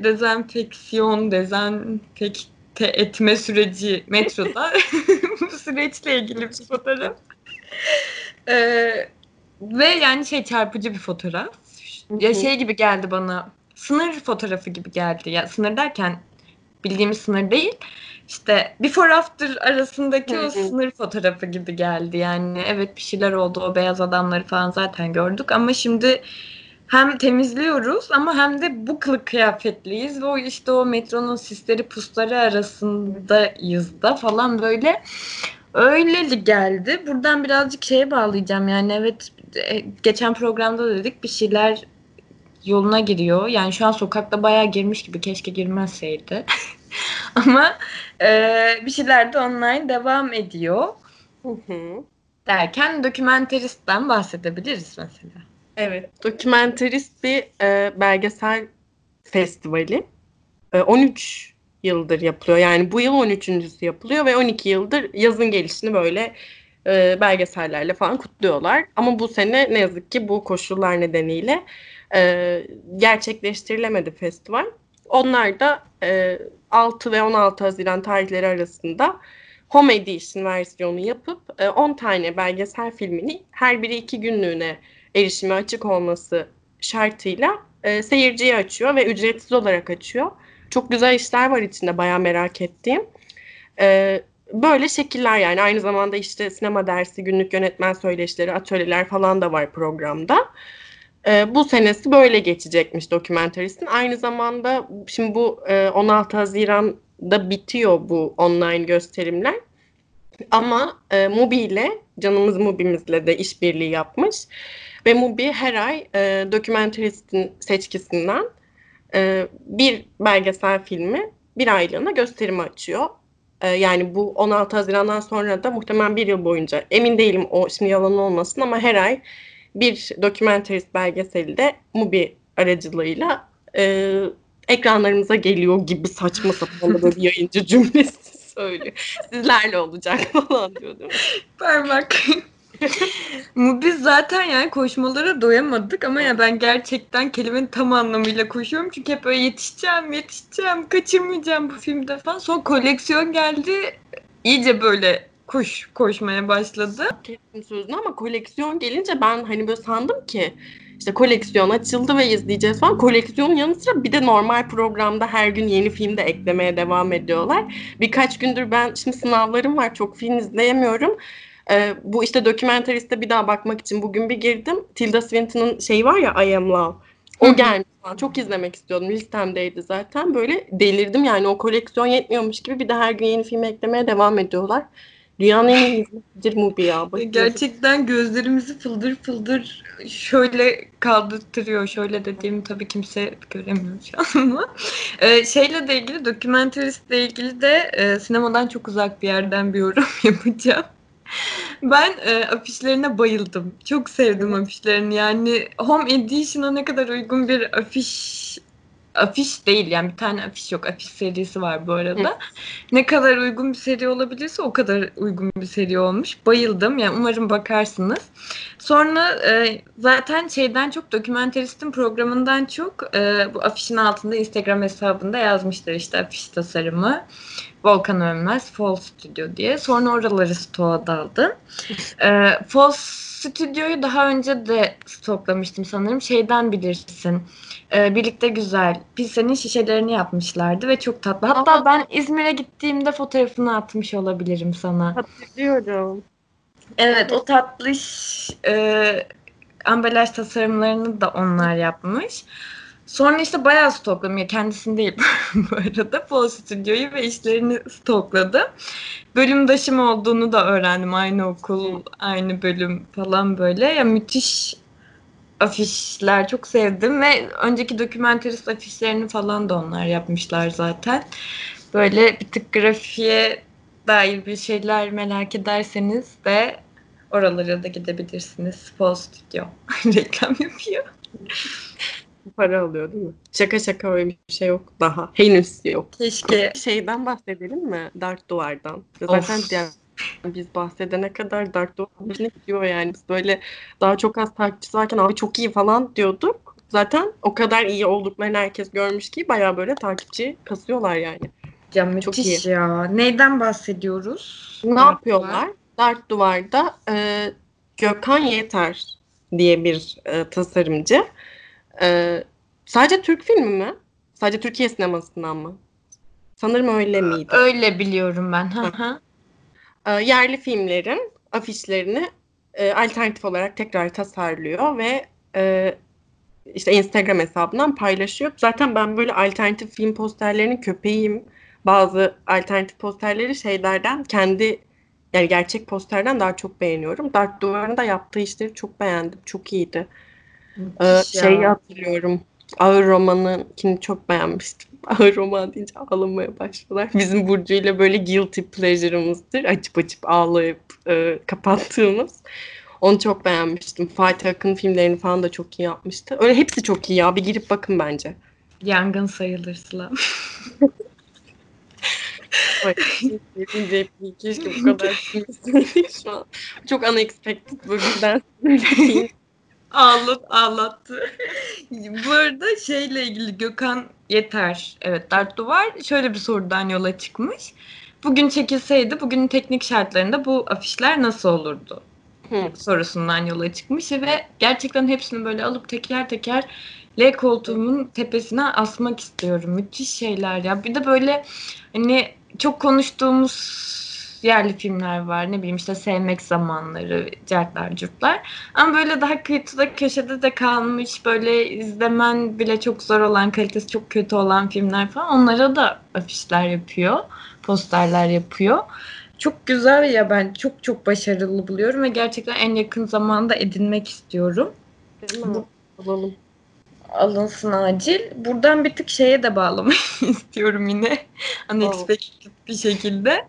dezenfekte etme süreci metroda bu süreçle ilgili bir fotoğraf. E, Ve yani çarpıcı bir fotoğraf. Hı Ya hı. gibi geldi bana. Sınır fotoğrafı gibi geldi. Ya sınır derken bildiğimiz sınır değil. İşte before after arasındaki o Hı. sınır fotoğrafı gibi geldi. Yani evet bir şeyler oldu. O beyaz adamları falan zaten gördük ama şimdi hem temizliyoruz ama hem de bu kılık kıyafetliyiz ve o metronun sisleri pusları arasındayız da falan böyle öyle geldi. Buradan birazcık şeye bağlayacağım. Yani evet geçen programda da dedik bir şeyler yoluna giriyor. Yani şu an sokakta bayağı girmiş gibi. Keşke girmezseydi. Ama bir şeyler de online devam ediyor. Hı hı. Derken dokümenteristten bahsedebiliriz mesela. Evet, dokümenterist bir belgesel festivali. 13 yıldır yapılıyor. Yani bu yıl 13.'sü yapılıyor ve 12 yıldır yazın gelişini böyle belgesellerle falan kutluyorlar. Ama bu sene ne yazık ki bu koşullar nedeniyle gerçekleştirilemedi festival. Onlar da 6 ve 16 Haziran tarihleri arasında Home Edition versiyonu yapıp 10 tane belgesel filmini her biri 2 günlüğüne erişime açık olması şartıyla seyirciye açıyor ve ücretsiz olarak açıyor. Çok güzel işler var içinde bayağı merak ettiğim. Böyle şekiller yani aynı zamanda işte sinema dersi, günlük yönetmen söyleşileri, atölyeler falan da var programda. Bu senesi böyle geçecekmiş Documentary's'in. Aynı zamanda şimdi bu 16 Haziran'da bitiyor bu online gösterimler. Ama Mubi ile canımız Mubi'mizle de işbirliği yapmış. Ve Mubi her ay Documentary's'in seçkisinden bir belgesel filmi bir aylığına gösterimi açıyor. Yani bu 16 Haziran'dan sonra da muhtemelen bir yıl boyunca emin değilim o şimdi yalan olmasın ama her ay bir dokümenterist belgeseli de Mubi aracılığıyla ekranlarımıza geliyor gibi saçma sapan da böyle bir yayıncı cümlesi söylüyor. Sizlerle olacak falan diyor değil mi? Parmak. Biz zaten yani koşmalara doyamadık ama ya ben gerçekten kelimenin tam anlamıyla koşuyorum. Çünkü hep böyle yetişeceğim, kaçırmayacağım bu filmde falan. Sonra koleksiyon geldi. İyice böyle koşmaya başladı. Kestim sözünü ama koleksiyon gelince ben hani böyle sandım ki işte koleksiyon açıldı ve izleyeceğiz falan. Koleksiyonun yanı sıra bir de normal programda her gün yeni film de eklemeye devam ediyorlar. Birkaç gündür ben şimdi sınavlarım var çok film izleyemiyorum. Bu işte Documentary'ste bir daha bakmak için bugün bir girdim. Tilda Swinton'ın şeyi var ya I Am Love. Hı O hı. gelmiş falan. Çok izlemek istiyordum. Listemdeydi zaten. Böyle delirdim yani o koleksiyon yetmiyormuş gibi bir de her gün yeni film eklemeye devam ediyorlar. Dünyanın en iyi hizmetidir Mubi ya. Başarısı. Gerçekten gözlerimizi fıldır fıldır şöyle kaldırtırıyor. Şöyle dediğimi tabii kimse göremiyor şu an ama. Şeyle de ilgili, dokümenteristle ilgili de sinemadan çok uzak bir yerden bir yorum yapacağım. Ben afişlerine bayıldım. Çok sevdim Evet. afişlerini. Yani Home Edition'a ne kadar uygun bir afiş değil yani bir tane afiş yok. Afiş serisi var bu Hı. arada. Ne kadar uygun bir seri olabilirse o kadar uygun bir seri olmuş. Bayıldım. Yani umarım bakarsınız. Sonra zaten şeyden çok dokümenteristin programından çok bu afişin altında Instagram hesabında yazmışlar işte afiş tasarımı. Volkan Ölmez, Fall Studio diye. Sonra oraları stoğa daldım. Fall Studio'yu daha önce de stoklamıştım sanırım. Şeyden bilirsin. Birlikte Güzel. Pilsen'in şişelerini yapmışlardı ve çok tatlı. Aa, Hatta ben İzmir'e gittiğimde fotoğrafını atmış olabilirim sana. hatırlıyorum. Evet, Evet. o tatlış ambalaj tasarımlarını da onlar yapmış. Sonra işte bayağı stokladım. Ya kendisini değil bu arada. Fall Studio'yu ve işlerini stokladım. Bölümdaşım olduğunu da öğrendim. Aynı Hı. okul, aynı bölüm falan böyle. Ya müthiş afişler. Çok sevdim ve önceki dokümenterist afişlerini falan da onlar yapmışlar zaten. Böyle bir tık grafiğe dair bir şeyler merak ederseniz de oralara da gidebilirsiniz. Fall Studio reklam yapıyor. Para alıyor değil mi? Şaka şaka öyle bir şey yok daha. Henüz yok. Keşke. Şeyden bahsedelim mi? Dark Duvar'dan. Zaten Of. biz bahsedene kadar Dark Duvar başına gidiyor yani. Biz böyle daha çok az takipçisi varken abi çok iyi falan diyorduk. Zaten o kadar iyi olduklarını herkes görmüş ki bayağı böyle takipçi kasıyorlar yani. Ya Çok iyi. müthiş ya. Neyden bahsediyoruz? Ne Dark Duvar. yapıyorlar? Dark Duvar'da Gökhan Yeter diye bir tasarımcı. Sadece Türk filmi mi? Sadece Türkiye sinemasından mı? Sanırım öyle miydi? Öyle biliyorum ben. Hı Ha. hı. Yerli filmlerin afişlerini alternatif olarak tekrar tasarlıyor ve işte Instagram hesabından paylaşıyor. Zaten ben böyle alternatif film posterlerinin köpeğiyim. Bazı alternatif posterleri şeylerden kendi yani gerçek posterden daha çok beğeniyorum. Dark Duvar'ın da yaptığı işleri çok beğendim. Çok iyiydi. Müthiş Şeyi ya. hatırlıyorum. Ağır Roman'ınkini çok beğenmiştim. Ağır Roman deyince ağlamaya başladılar. Bizim Burcu ile böyle guilty pleasure'ımızdır. Açıp açıp ağlayıp kapattığımız. Onu çok beğenmiştim. Fatih Akın filmlerini falan da çok iyi yapmıştı. Öyle hepsi çok iyi ya. Bir girip bakın bence. Yangın sayılır Sıla. Ay, keşke keşke bu kadar bilmeseydik şu an. Çok unexpected bu birden film. Ağlattı. Bu arada şeyle ilgili Gökhan Yeter, evet Dert Duvar şöyle bir sorudan yola çıkmış. Bugün çekilseydi bugünün teknik şartlarında bu afişler nasıl olurdu? Hı. Sorusundan yola çıkmış ve gerçekten hepsini böyle alıp teker teker L koltuğumun tepesine asmak istiyorum. Müthiş şeyler ya. Bir de böyle hani çok konuştuğumuz yerli filmler var. Ne bileyim işte Sevmek Zamanları, Certler Curtlar. Ama böyle daha kıyıda köşede de kalmış böyle izlemen bile çok zor olan, kalitesi çok kötü olan filmler falan. Onlara da afişler yapıyor, posterler yapıyor. Çok güzel ya, ben çok çok başarılı buluyorum ve gerçekten en yakın zamanda edinmek istiyorum. Değil mi? Bu Alalım. alınsın acil. Buradan bir tık şeye de bağlamak istiyorum yine. Aa. Unexpected bir şekilde.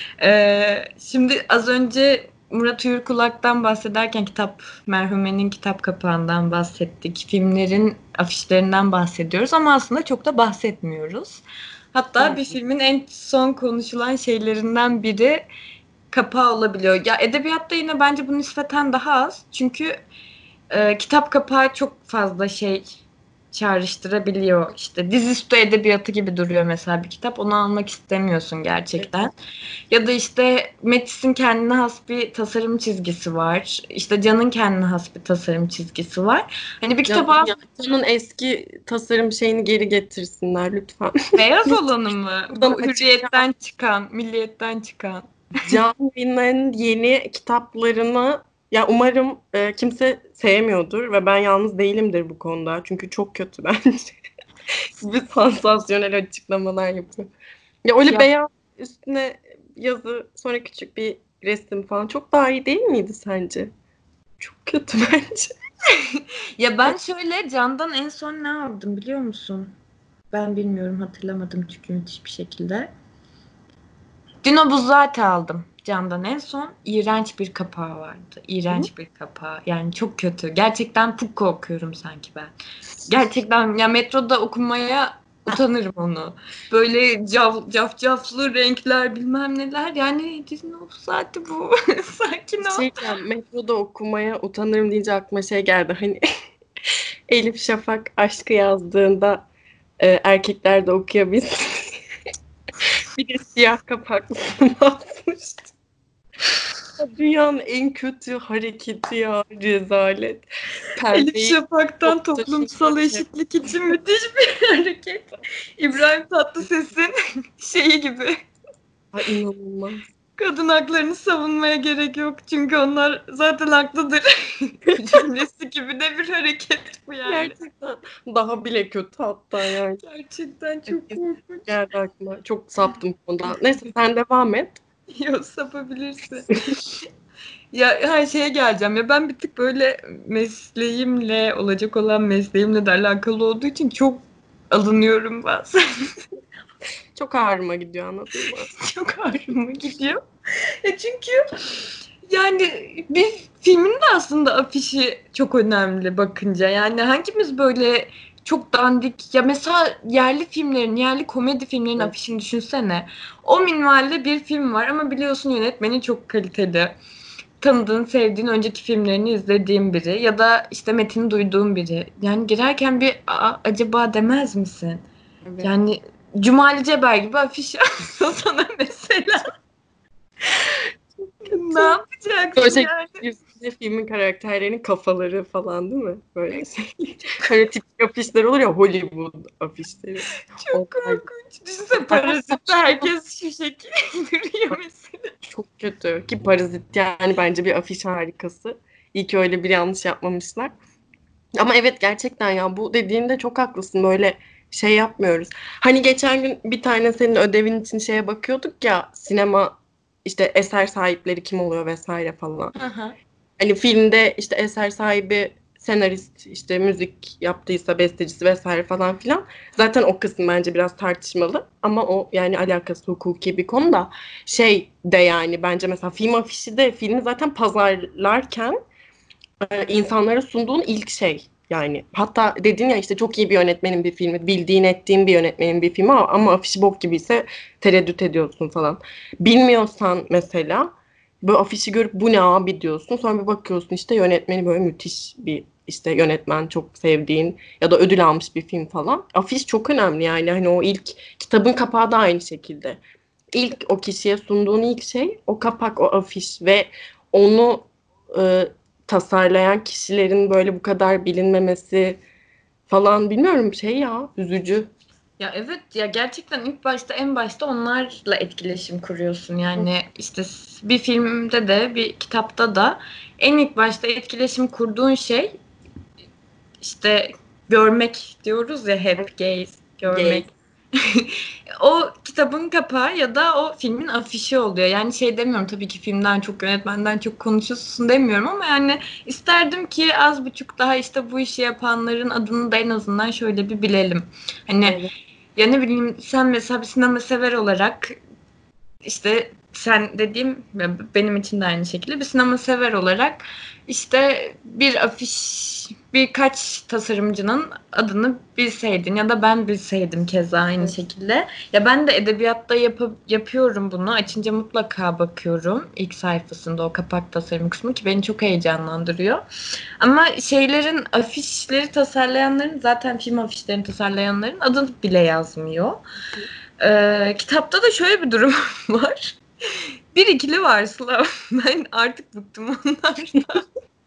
Şimdi az önce Murat Uyurkulak'tan bahsederken Merhume'nin kitap kapağından bahsettik. Filmlerin afişlerinden bahsediyoruz ama aslında çok da bahsetmiyoruz. Hatta bir filmin en son konuşulan şeylerinden biri kapağı olabiliyor. Ya edebiyatta yine bence bu nispeten daha az. Çünkü kitap kapağı çok fazla şey çağrıştırabiliyor. İşte dizüstü edebiyatı gibi duruyor mesela bir kitap. Onu almak istemiyorsun gerçekten. Ya da işte Metis'in kendine has bir tasarım çizgisi var. İşte Can'ın kendine has bir tasarım çizgisi var. Hani bir Ya, kitap al, Can'ın eski tasarım şeyini geri getirsinler lütfen. beyaz olanı mı? Buradan Bu açıkça Hürriyet'ten çıkan, Milliyet'ten çıkan. Can Yayınları'nın yeni kitaplarını ya umarım kimse sevmiyordur ve ben yalnız değilimdir bu konuda. Çünkü çok kötü bence. Bir sansasyonel açıklamalar yapıyor. Ya öyle Ya beyaz üstüne yazı sonra küçük bir resim falan çok daha iyi değil miydi sence? Çok kötü bence. ya ben şöyle Can'dan en son ne aldım biliyor musun? Ben bilmiyorum, hatırlamadım çünkü müthiş bir şekilde. Dino Buzzati aldım Can'dan en son. İğrenç bir kapağı vardı. Hı? İğrenç bir kapağı. Yani çok kötü. Gerçekten Pukko okuyorum sanki ben. Gerçekten ya metroda okumaya utanırım onu. Böyle cafcaflı renkler bilmem neler. Yani Dino Buzzati bu. Sakin ol. Metroda okumaya utanırım deyince aklıma şey geldi. Hani Elif Şafak aşkı yazdığında erkekler de okuyabilsin. Bir de siyah kapaklısını basmıştı. Dünyanın en kötü hareketi ya rezalet. Elif Pembeyi Şafak'tan çok toplumsal taşıyınca eşitlik için müthiş bir hareket. İbrahim Tatlıses'in şeyi gibi. Ay, inanılmaz. Kadın haklarını savunmaya gerek yok çünkü onlar zaten haklıdır cümlesi gibi de bir hareket bu yani. Gerçekten daha bile kötü hatta yani. Gerçekten çok korkunç. Geldi aklıma. Çok saptım konuda. Neyse sen devam et. Yok, sapabilirsin. Ya her şeye geleceğim ya, ben bir tık böyle mesleğimle olacak olan mesleğimle de alakalı olduğu için çok alınıyorum bazen. Çok ağrıma gidiyor anladın mı? Çok ağrıma gidiyor. Çünkü yani bir filmin de aslında afişi çok önemli bakınca. Yani hangimiz böyle çok dandik ya, mesela yerli filmlerin, yerli komedi filmlerin Evet. afişini düşünsene. O minvalde bir film var ama biliyorsun yönetmeni çok kaliteli. Tanıdığın, sevdiğin, önceki filmlerini izlediğin biri ya da işte metini duyduğun biri. Yani girerken bir acaba demez misin? Evet. Yani Cumali Ceber gibi afiş yapsa sana mesela ne Kötü. Böyle yapacaksın şey yani? İşte filmin karakterlerinin kafaları falan değil mi? Böyle şey. Hani tipik afişler olur ya, Hollywood afişleri. Çok Onlar korkunç. Düşünsene Parazit'te herkes şu şekil duruyor mesela. çok kötü. Ki Parazit yani bence bir afiş harikası. İyi ki öyle bir yanlış yapmamışlar. Ama evet, gerçekten ya, bu dediğinde çok haklısın. Böyle şey yapmıyoruz. Hani geçen gün bir tane senin ödevin için şeye bakıyorduk ya, sinema işte eser sahipleri kim oluyor vesaire falan. Aha. Hani filmde işte eser sahibi senarist, işte müzik yaptıysa bestecisi vesaire falan filan. Zaten o kısım bence biraz tartışmalı ama o yani alakası hukuki bir konu da şey de, yani bence mesela film afişi de filmi zaten pazarlarken insanlara sunduğun ilk şey. Yani hatta dedin ya, işte çok iyi bir yönetmenin bir filmi, bildiğin ettiğin bir yönetmenin bir filmi ama afişi bok gibiyse tereddüt ediyorsun falan. Bilmiyorsan mesela böyle afişi görüp bu ne abi diyorsun. Sonra bir bakıyorsun işte yönetmeni böyle müthiş bir işte yönetmen, çok sevdiğin ya da ödül almış bir film falan. Afiş çok önemli yani, hani o ilk kitabın kapağı da aynı şekilde. İlk o kişiye sunduğun ilk şey o kapak, o afiş ve onu e, tasarlayan kişilerin böyle bu kadar bilinmemesi falan, bilmiyorum, şey ya, üzücü. Ya evet ya gerçekten ilk başta en başta onlarla etkileşim kuruyorsun. Yani işte bir filmde de bir kitapta da en ilk başta etkileşim kurduğun şey işte görmek diyoruz ya hep gaze görmek. Gay. O kitabın kapağı ya da o filmin afişi oluyor. Yani şey demiyorum tabii ki filmden çok yönetmenden çok konuşulsun demiyorum ama yani isterdim ki az buçuk daha işte bu işi yapanların adını da en azından şöyle bir bilelim. Hani Evet. ya ne bileyim sen mesela bir sinema sever olarak işte sen dediğim benim için de aynı şekilde bir sinema sever olarak işte bir afiş birkaç tasarımcının adını bilseydin ya da ben bilseydim keza aynı Evet. şekilde. Ya ben de edebiyatta yapıyorum bunu. Açınca mutlaka bakıyorum ilk sayfasında o kapak tasarım kısmı ki beni çok heyecanlandırıyor. Ama şeylerin afişleri tasarlayanların zaten film afişlerini tasarlayanların adını bile yazmıyor. Kitapta da şöyle bir durum var. Bir ikili var Sıla. Ben artık bıktım onlardan.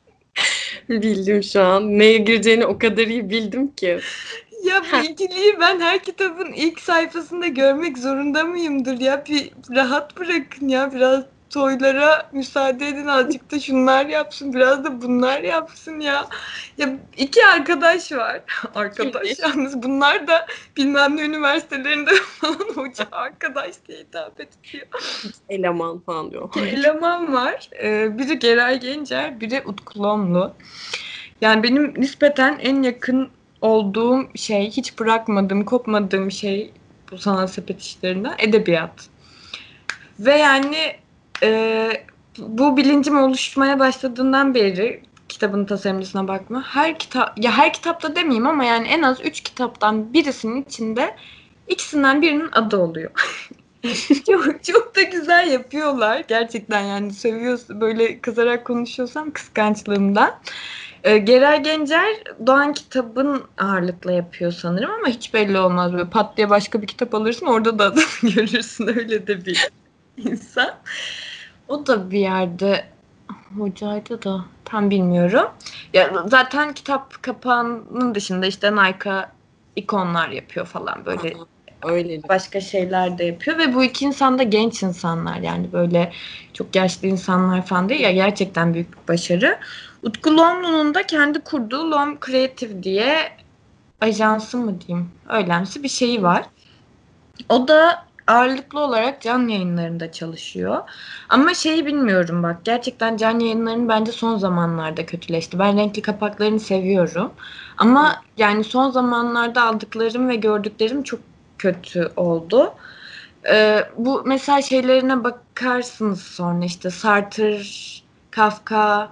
Bildim şu an. Neye gireceğini o kadar iyi bildim ki. Ya bu Heh, ikiliyi ben her kitabın ilk sayfasında görmek zorunda mıyımdır ya? Bir rahat bırakın ya. Biraz toylara müsaade edin azıcık da şunlar yapsın. Biraz da bunlar yapsın ya. Ya iki arkadaş var. Arkadaş kimmiş? yalnız bunlar da bilmem ne üniversitelerinde falan hoca arkadaş diye hitap ediliyor. Eleman falan diyor. İki eleman var. Biri Geray Gencer, biri Utku Lomlu. Yani benim nispeten en yakın olduğum şey, hiç bırakmadığım, kopmadığım şey bu sanat sepet işlerinden edebiyat. Ve yani e, bu bilincim oluşmaya başladığından beri kitabın tasarımcısına bakma. Her kitap ya her kitapta demeyeyim ama yani en az 3 kitaptan birisinin içinde ikisinden birinin adı oluyor. Çok, çok da güzel yapıyorlar. Gerçekten yani seviyorsun böyle kızarak konuşuyorsam kıskançlığımdan. Geray Gencer Doğan kitabın ağırlıkla yapıyor sanırım ama hiç belli olmaz. Böyle pat diye başka bir kitap alırsın orada da adını görürsün. Öyle de bir insan. O da bir yerde hocaydı da tam bilmiyorum. Ya zaten kitap kapağının dışında işte Nike'a ikonlar yapıyor falan Ha, böyle öyle. başka şeyler de yapıyor ve bu iki insan da genç insanlar yani böyle çok yaşlı insanlar falan değil ya gerçekten büyük bir başarı. Utku Lomlu'nun da kendi kurduğu Lom Creative diye ajansı mı diyeyim öylemsi bir şeyi var. O da ağırlıklı olarak canlı yayınlarında çalışıyor. Ama şeyi bilmiyorum bak gerçekten canlı yayınların bence son zamanlarda kötüleşti. Ben renkli kapaklarını seviyorum. Ama yani son zamanlarda aldıklarım ve gördüklerim çok kötü oldu. Bu mesela şeylerine bakarsınız sonra işte Sartre, Kafka,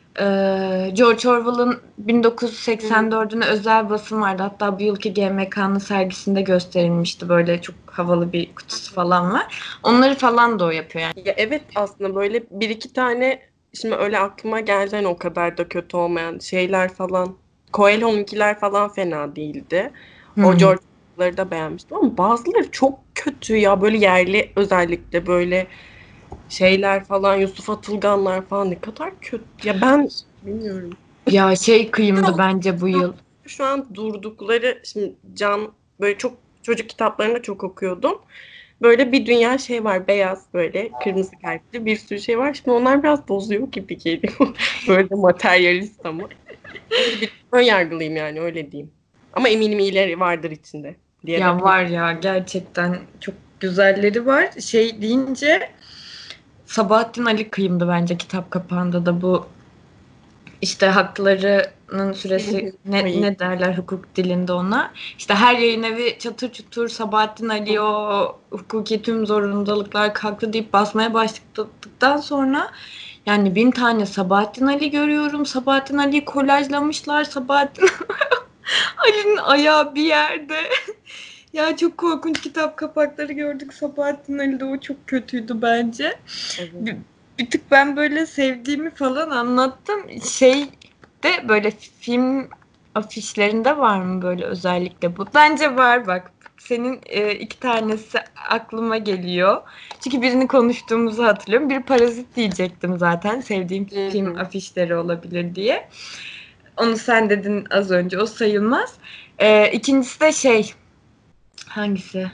George Orwell'ın 1984'üne özel basım vardı. Hatta bu yılki GMK'nın sergisinde gösterilmişti. Böyle çok havalı bir kutusu falan var. Onları falan da o yapıyor yani. Ya evet, aslında böyle bir iki tane şimdi öyle aklıma geldi, hani o kadar da kötü olmayan şeyler falan. Coelho'nunkiler falan fena değildi. O Hmm. George'ları da beğenmiştim ama bazıları çok kötü ya, böyle yerli özellikle böyle şeyler falan, Yusuf Atılganlar falan ne kadar kötü. Ya ben bilmiyorum. Ya şey kıyımdı bence bu yıl. Şu an durdukları şimdi Can böyle çok çocuk kitaplarını çok okuyordum. Böyle bir dünya şey var beyaz böyle kırmızı kalpli bir sürü şey var. Şimdi onlar biraz bozuyor gibi geliyor. Böyle materyalist ama. Öyle bir ön yargılıyım yani öyle diyeyim. Ama eminim iyileri vardır içinde diye de Ya var ya, gerçekten çok güzelleri var. Şey deyince Sabahattin Ali kıyımdı bence kitap kapağında da, bu işte haklarının süresi Ay, ne derler hukuk dilinde ona. İşte her yayın evi çatır çutur Sabahattin Ali o hukuki tüm zorunluluklar kalktı deyip basmaya başladıktan sonra yani 1000 tane Sabahattin Ali görüyorum. Sabahattin Ali'yi kolajlamışlar. Sabahattin Ali'nin ayağı bir yerde. Ya çok korkunç kitap kapakları gördük Sabahattin Ali'de, o çok kötüydü bence. evet. Bir tık ben böyle sevdiğimi falan anlattım. Şey de böyle film afişlerinde var mı böyle özellikle bu? Bence var bak. Senin iki tanesi aklıma geliyor. Çünkü birini konuştuğumuzu hatırlıyorum. Bir Parazit diyecektim zaten. Sevdiğim Hı film hı. afişleri olabilir diye. Onu sen dedin az önce. O sayılmaz. İkincisi de şey, hangisi?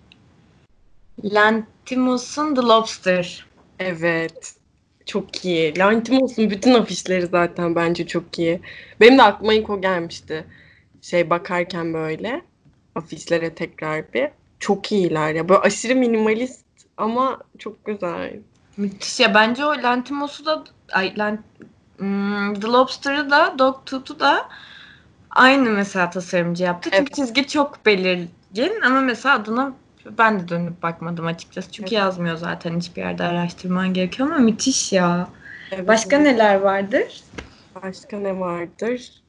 Lantimos'un The Lobster. Evet. Çok iyi. Lanetim olsun bütün afişleri zaten bence çok iyi. Benim de aklıma ilk o gelmişti. Şey bakarken böyle afişlere tekrar bir. Çok iyiler ya. Böyle aşırı minimalist ama çok güzel. Müthiş ya, bence o Lantimos'u da The Lobster'ı da Dogtooth'u da aynı mesela tasarımcı yaptı. Çünkü Evet, çizgi çok belirgin ama mesela adına ben de dönüp bakmadım açıkçası. Çünkü evet, yazmıyor zaten, hiçbir yerde araştırman gerekiyor ama müthiş ya. evet, Başka evet. neler vardır? Başka ne vardır?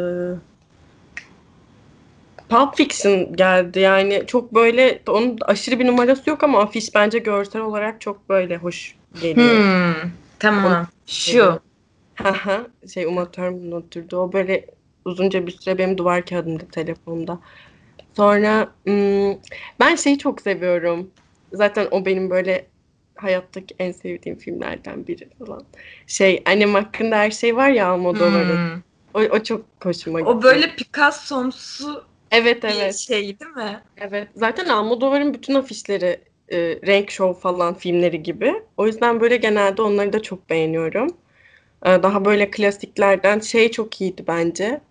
Pulp Fiction geldi yani çok böyle onun aşırı bir numarası yok ama afiş bence görsel olarak çok böyle hoş geliyor. Hmm, Onu tamam. Şu. seviyorum. Haha, şey Uma Thurman'ın oturdu. O böyle uzunca bir süre benim duvar kağıdımda telefonda. Sonra ben şeyi çok seviyorum. Zaten o benim böyle hayattaki en sevdiğim filmlerden biri falan. Şey annem hakkında her şey var ya Almodovar'ın. Hmm. O çok hoşuma O gidiyor. böyle Picasso'msu Evet, bir evet. şey değil mi? Evet. Zaten Almodovar'ın bütün afişleri renk şov falan filmleri gibi. O yüzden böyle genelde onları da çok beğeniyorum. Daha böyle klasiklerden şey çok iyiydi bence.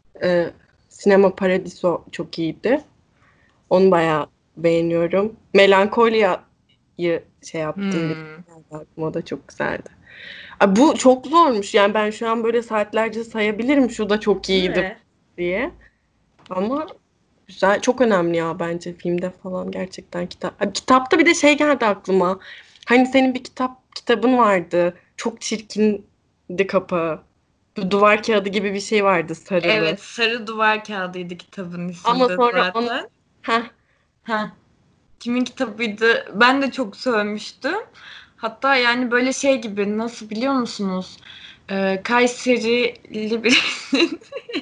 Sinema Paradiso çok iyiydi. Onu bayağı beğeniyorum. Melankolia'yı şey yaptım bir Hmm. geldi aklıma, o da çok güzeldi. Ay, bu çok zormuş. Yani ben şu an böyle saatlerce sayabilirim şu da çok Değil iyiydi mi? diye. Ama güzel, çok önemli ya bence filmde falan gerçekten kitap. Ay, kitapta bir de şey geldi aklıma. Hani senin bir kitabın vardı. Çok çirkindi kapağı. Bu duvar kağıdı gibi bir şey vardı sarılı. Evet, Sarı Duvar Kağıdı'ydı kitabın ismi Ama de sonra onu zaten. heh, Ha, kimin kitabıydı? Ben de çok sevmiştim. Hatta yani böyle şey gibi, nasıl biliyor musunuz? Kayserili birisinin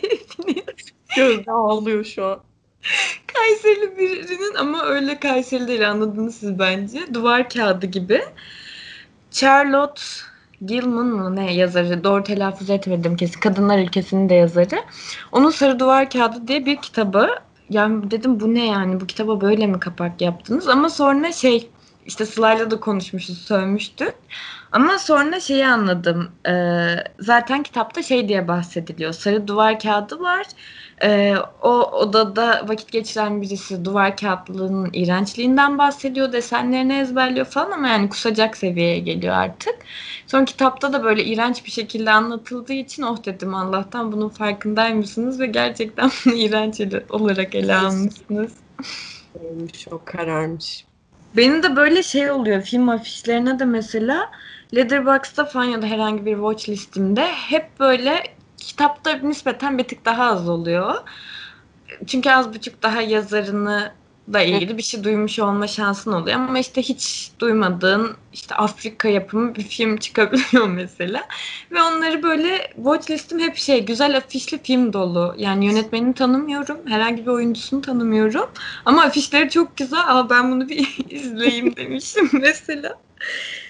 Gözde ağlıyor şu an. Kayserili birinin ama öyle Kayserili değil, anladınız siz bence. Duvar kağıdı gibi. Charlotte Gilman mı ne yazarı? Doğru telaffuz etmedim kesin. Kadınlar Ülkesi'nin de yazarı. Onun Sarı Duvar Kağıdı diye bir kitabı. Yani dedim bu ne yani? Bu kitaba böyle mi kapak yaptınız? Ama sonra şey, işte Sıla'yla da konuşmuşuz, sövmüştük. Ama sonra şeyi anladım. Zaten kitapta şey diye bahsediliyor. Sarı duvar kağıdı var. O odada vakit geçiren birisi duvar kağıtlılığının iğrençliğinden bahsediyor. Desenlerini ezberliyor falan ama yani kusacak seviyeye geliyor artık. Sonra kitapta da böyle iğrenç bir şekilde anlatıldığı için oh dedim, Allah'tan bunun farkındaymışsınız ve gerçekten bunu iğrenç olarak ele almışsınız. Olmuş, o kararmış. Benim de böyle şey oluyor film afişlerine de mesela, Letterboxd'da falan ya da herhangi bir watch listimde hep böyle kitapta nispeten bir tık daha az oluyor. Çünkü az buçuk daha yazarını da Hı. ilgili bir şey duymuş olma şansın oluyor. Ama işte hiç duymadığın işte Afrika yapımı bir film çıkabiliyor mesela. Ve onları böyle watch listim hep şey, güzel afişli film dolu. Yani yönetmenini tanımıyorum. Herhangi bir oyuncusunu tanımıyorum. Ama afişleri çok güzel. Aa, ben bunu bir izleyeyim demişim mesela.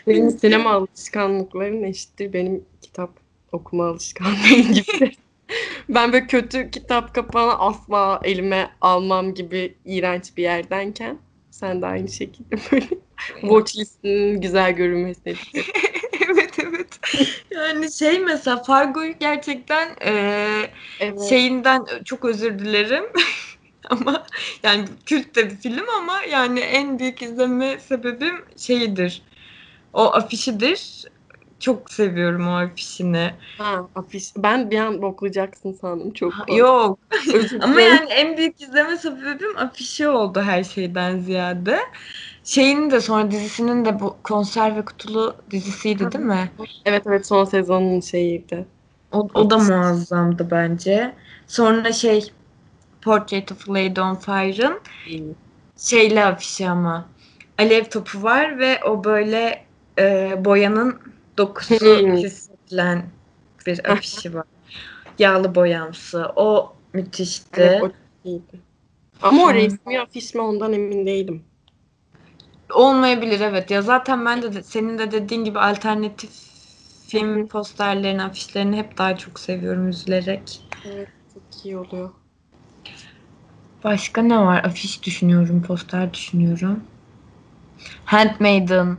Senin sinema alışkanlıkların eşittir benim kitap okuma alışkanlığım gibi. Ben böyle kötü kitap kapağını asla elime almam gibi iğrenç bir yerdenken sen de aynı şekilde böyle watchlist'inin güzel görünmesine dikkat et. Evet, evet. Yani şey mesela Fargo'yu gerçekten Evet. şeyinden çok özür dilerim. Ama yani kült de bir film ama yani en büyük izleme sebebim şeyidir. O afişidir. Çok seviyorum o afişini. Ha, afiş. Ben bir an boklayacaksın sandım. Çok korktum. Yok. Özür Ama dilerim. yani en büyük izleme sebebim afişi oldu her şeyden ziyade. Şeyin de sonra dizisinin de bu Konserve Kutulu dizisiydi değil mi? Evet evet, son sezonun şeyiydi. O da Afiş. muazzamdı bence. Sonra şey Portrait of a Lady on Fire'ın şeyli afişi ama alev topu var ve o böyle boyanın dokusu Hmm. hissedilen bir afişi var. Yağlı boyamsı. O Evet, o müthişti. çok iyiydi. Ama o Sonra resmi afiş mi ondan emin değilim. olmayabilir evet. Ya zaten ben de senin de dediğin gibi alternatif Hı film hı. posterlerini, afişlerini hep daha çok seviyorum üzülerek. Evet, çok iyi oluyor. Başka ne var? Afiş düşünüyorum, poster düşünüyorum. Handmaiden.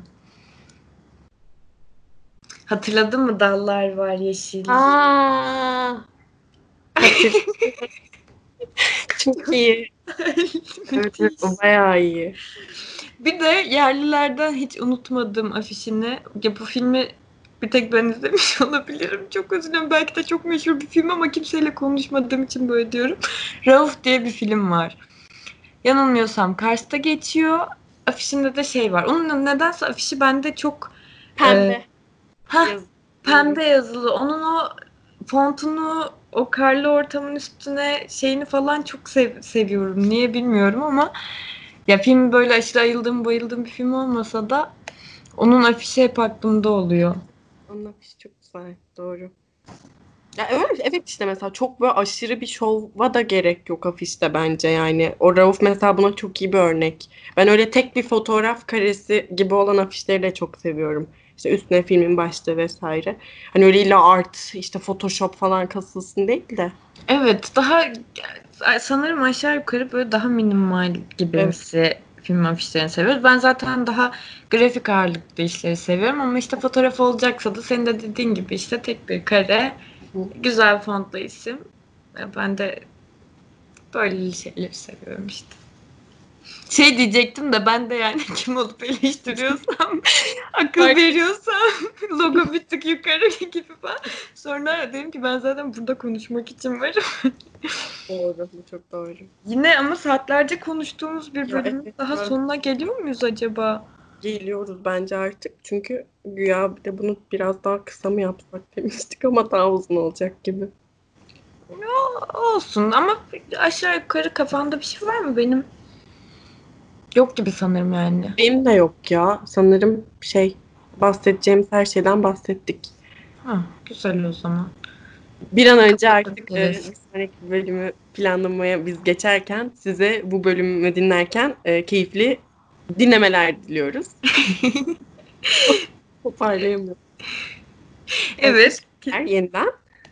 Hatırladın mı? Dallar var yeşil. Aa, hatır. Çok iyi. Evet, evet, Müthiş. o bayağı iyi. Bir de yerlilerden hiç unutmadığım afişini. Ya bu filmi bir tek ben izlemiş olabilirim. Çok üzülüyorum. Belki de çok meşhur bir film ama kimseyle konuşmadığım için böyle diyorum. Rauf diye bir film var. Yanılmıyorsam Kars'ta geçiyor. Afişinde de şey var. Onun nedense afişi bende çok e, Pembe hah, yazıyorum. pembe yazılı. Onun o fontunu o karlı ortamın üstüne şeyini falan çok seviyorum. Niye bilmiyorum ama ya film böyle aşırı ayıldığım bayıldığım bir film olmasa da onun afişi hep aklımda oluyor. Onun afişi çok güzel. Doğru. Ya öyle, evet işte mesela çok böyle aşırı bir şova da gerek yok afişte bence yani. O Rauf mesela buna çok iyi bir örnek. Ben öyle tek bir fotoğraf karesi gibi olan afişleri de çok seviyorum. İşte üstüne filmin başlığı vesaire. Hani öyle illa art, işte Photoshop falan kasılsın değil de. Evet, daha sanırım aşağı yukarı böyle daha minimal Evet. gibimsi film afişlerini seviyoruz. Ben zaten daha grafik ağırlıklı işleri seviyorum ama işte fotoğraf olacaksa da senin de dediğin gibi işte tek bir kare, güzel fontla isim. Ben de böyle şeyleri seviyorum işte. Şey diyecektim de ben de yani kim olup eleştiriyorsam, akıl Fark veriyorsam logo bir tık yukarı gibi falan. Sonra dedim ki ben zaten burada konuşmak için varım. doğru. Bu çok doğru. Yine ama saatlerce konuştuğumuz bir Ya bölümün evet, daha ben sonuna geliyor muyuz acaba? geliyoruz bence artık. Çünkü güya bir de bunu biraz daha kısa mı yapsak demiştik ama daha uzun olacak gibi. Olsun ama aşağı yukarı kafanda bir şey var mı benim? Yok gibi sanırım yani. Benim de yok ya. Sanırım bahsedeceğimiz her şeyden bahsettik. Ha, güzel o zaman. Bir an önce artık Kapatabiliriz. bir sonraki bölümü planlamaya biz geçerken size bu bölümü dinlerken keyifli dinlemeler diliyoruz. Toparlayamıyorum. Evet. Teşekkürler yeniden.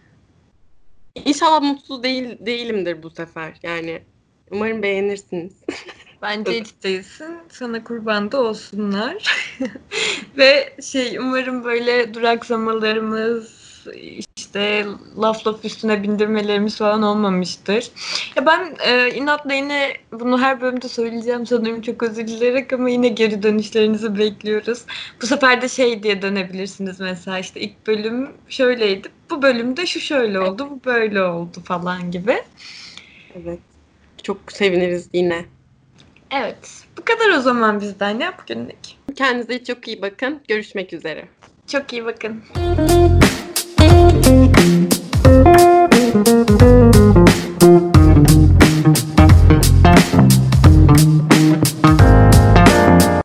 İnşallah mutsuz değilimdir bu sefer. Yani umarım beğenirsiniz. Bence hiç değilsin. Sana kurban da olsunlar. Ve şey umarım böyle duraksamalarımız işte laf üstüne bindirmelerimiz falan olmamıştır. Ya ben inatla yine bunu her bölümde söyleyeceğim sanırım çok özür dileyerek ama yine geri dönüşlerinizi bekliyoruz. Bu sefer de şey diye dönebilirsiniz mesela işte ilk bölüm şöyleydi. Bu bölümde şu şöyle oldu, bu böyle oldu falan gibi. Evet. Çok seviniriz yine. Evet. Bu kadar o zaman bizden ya bugünlük. Kendinize çok iyi bakın. Görüşmek üzere. Çok iyi bakın.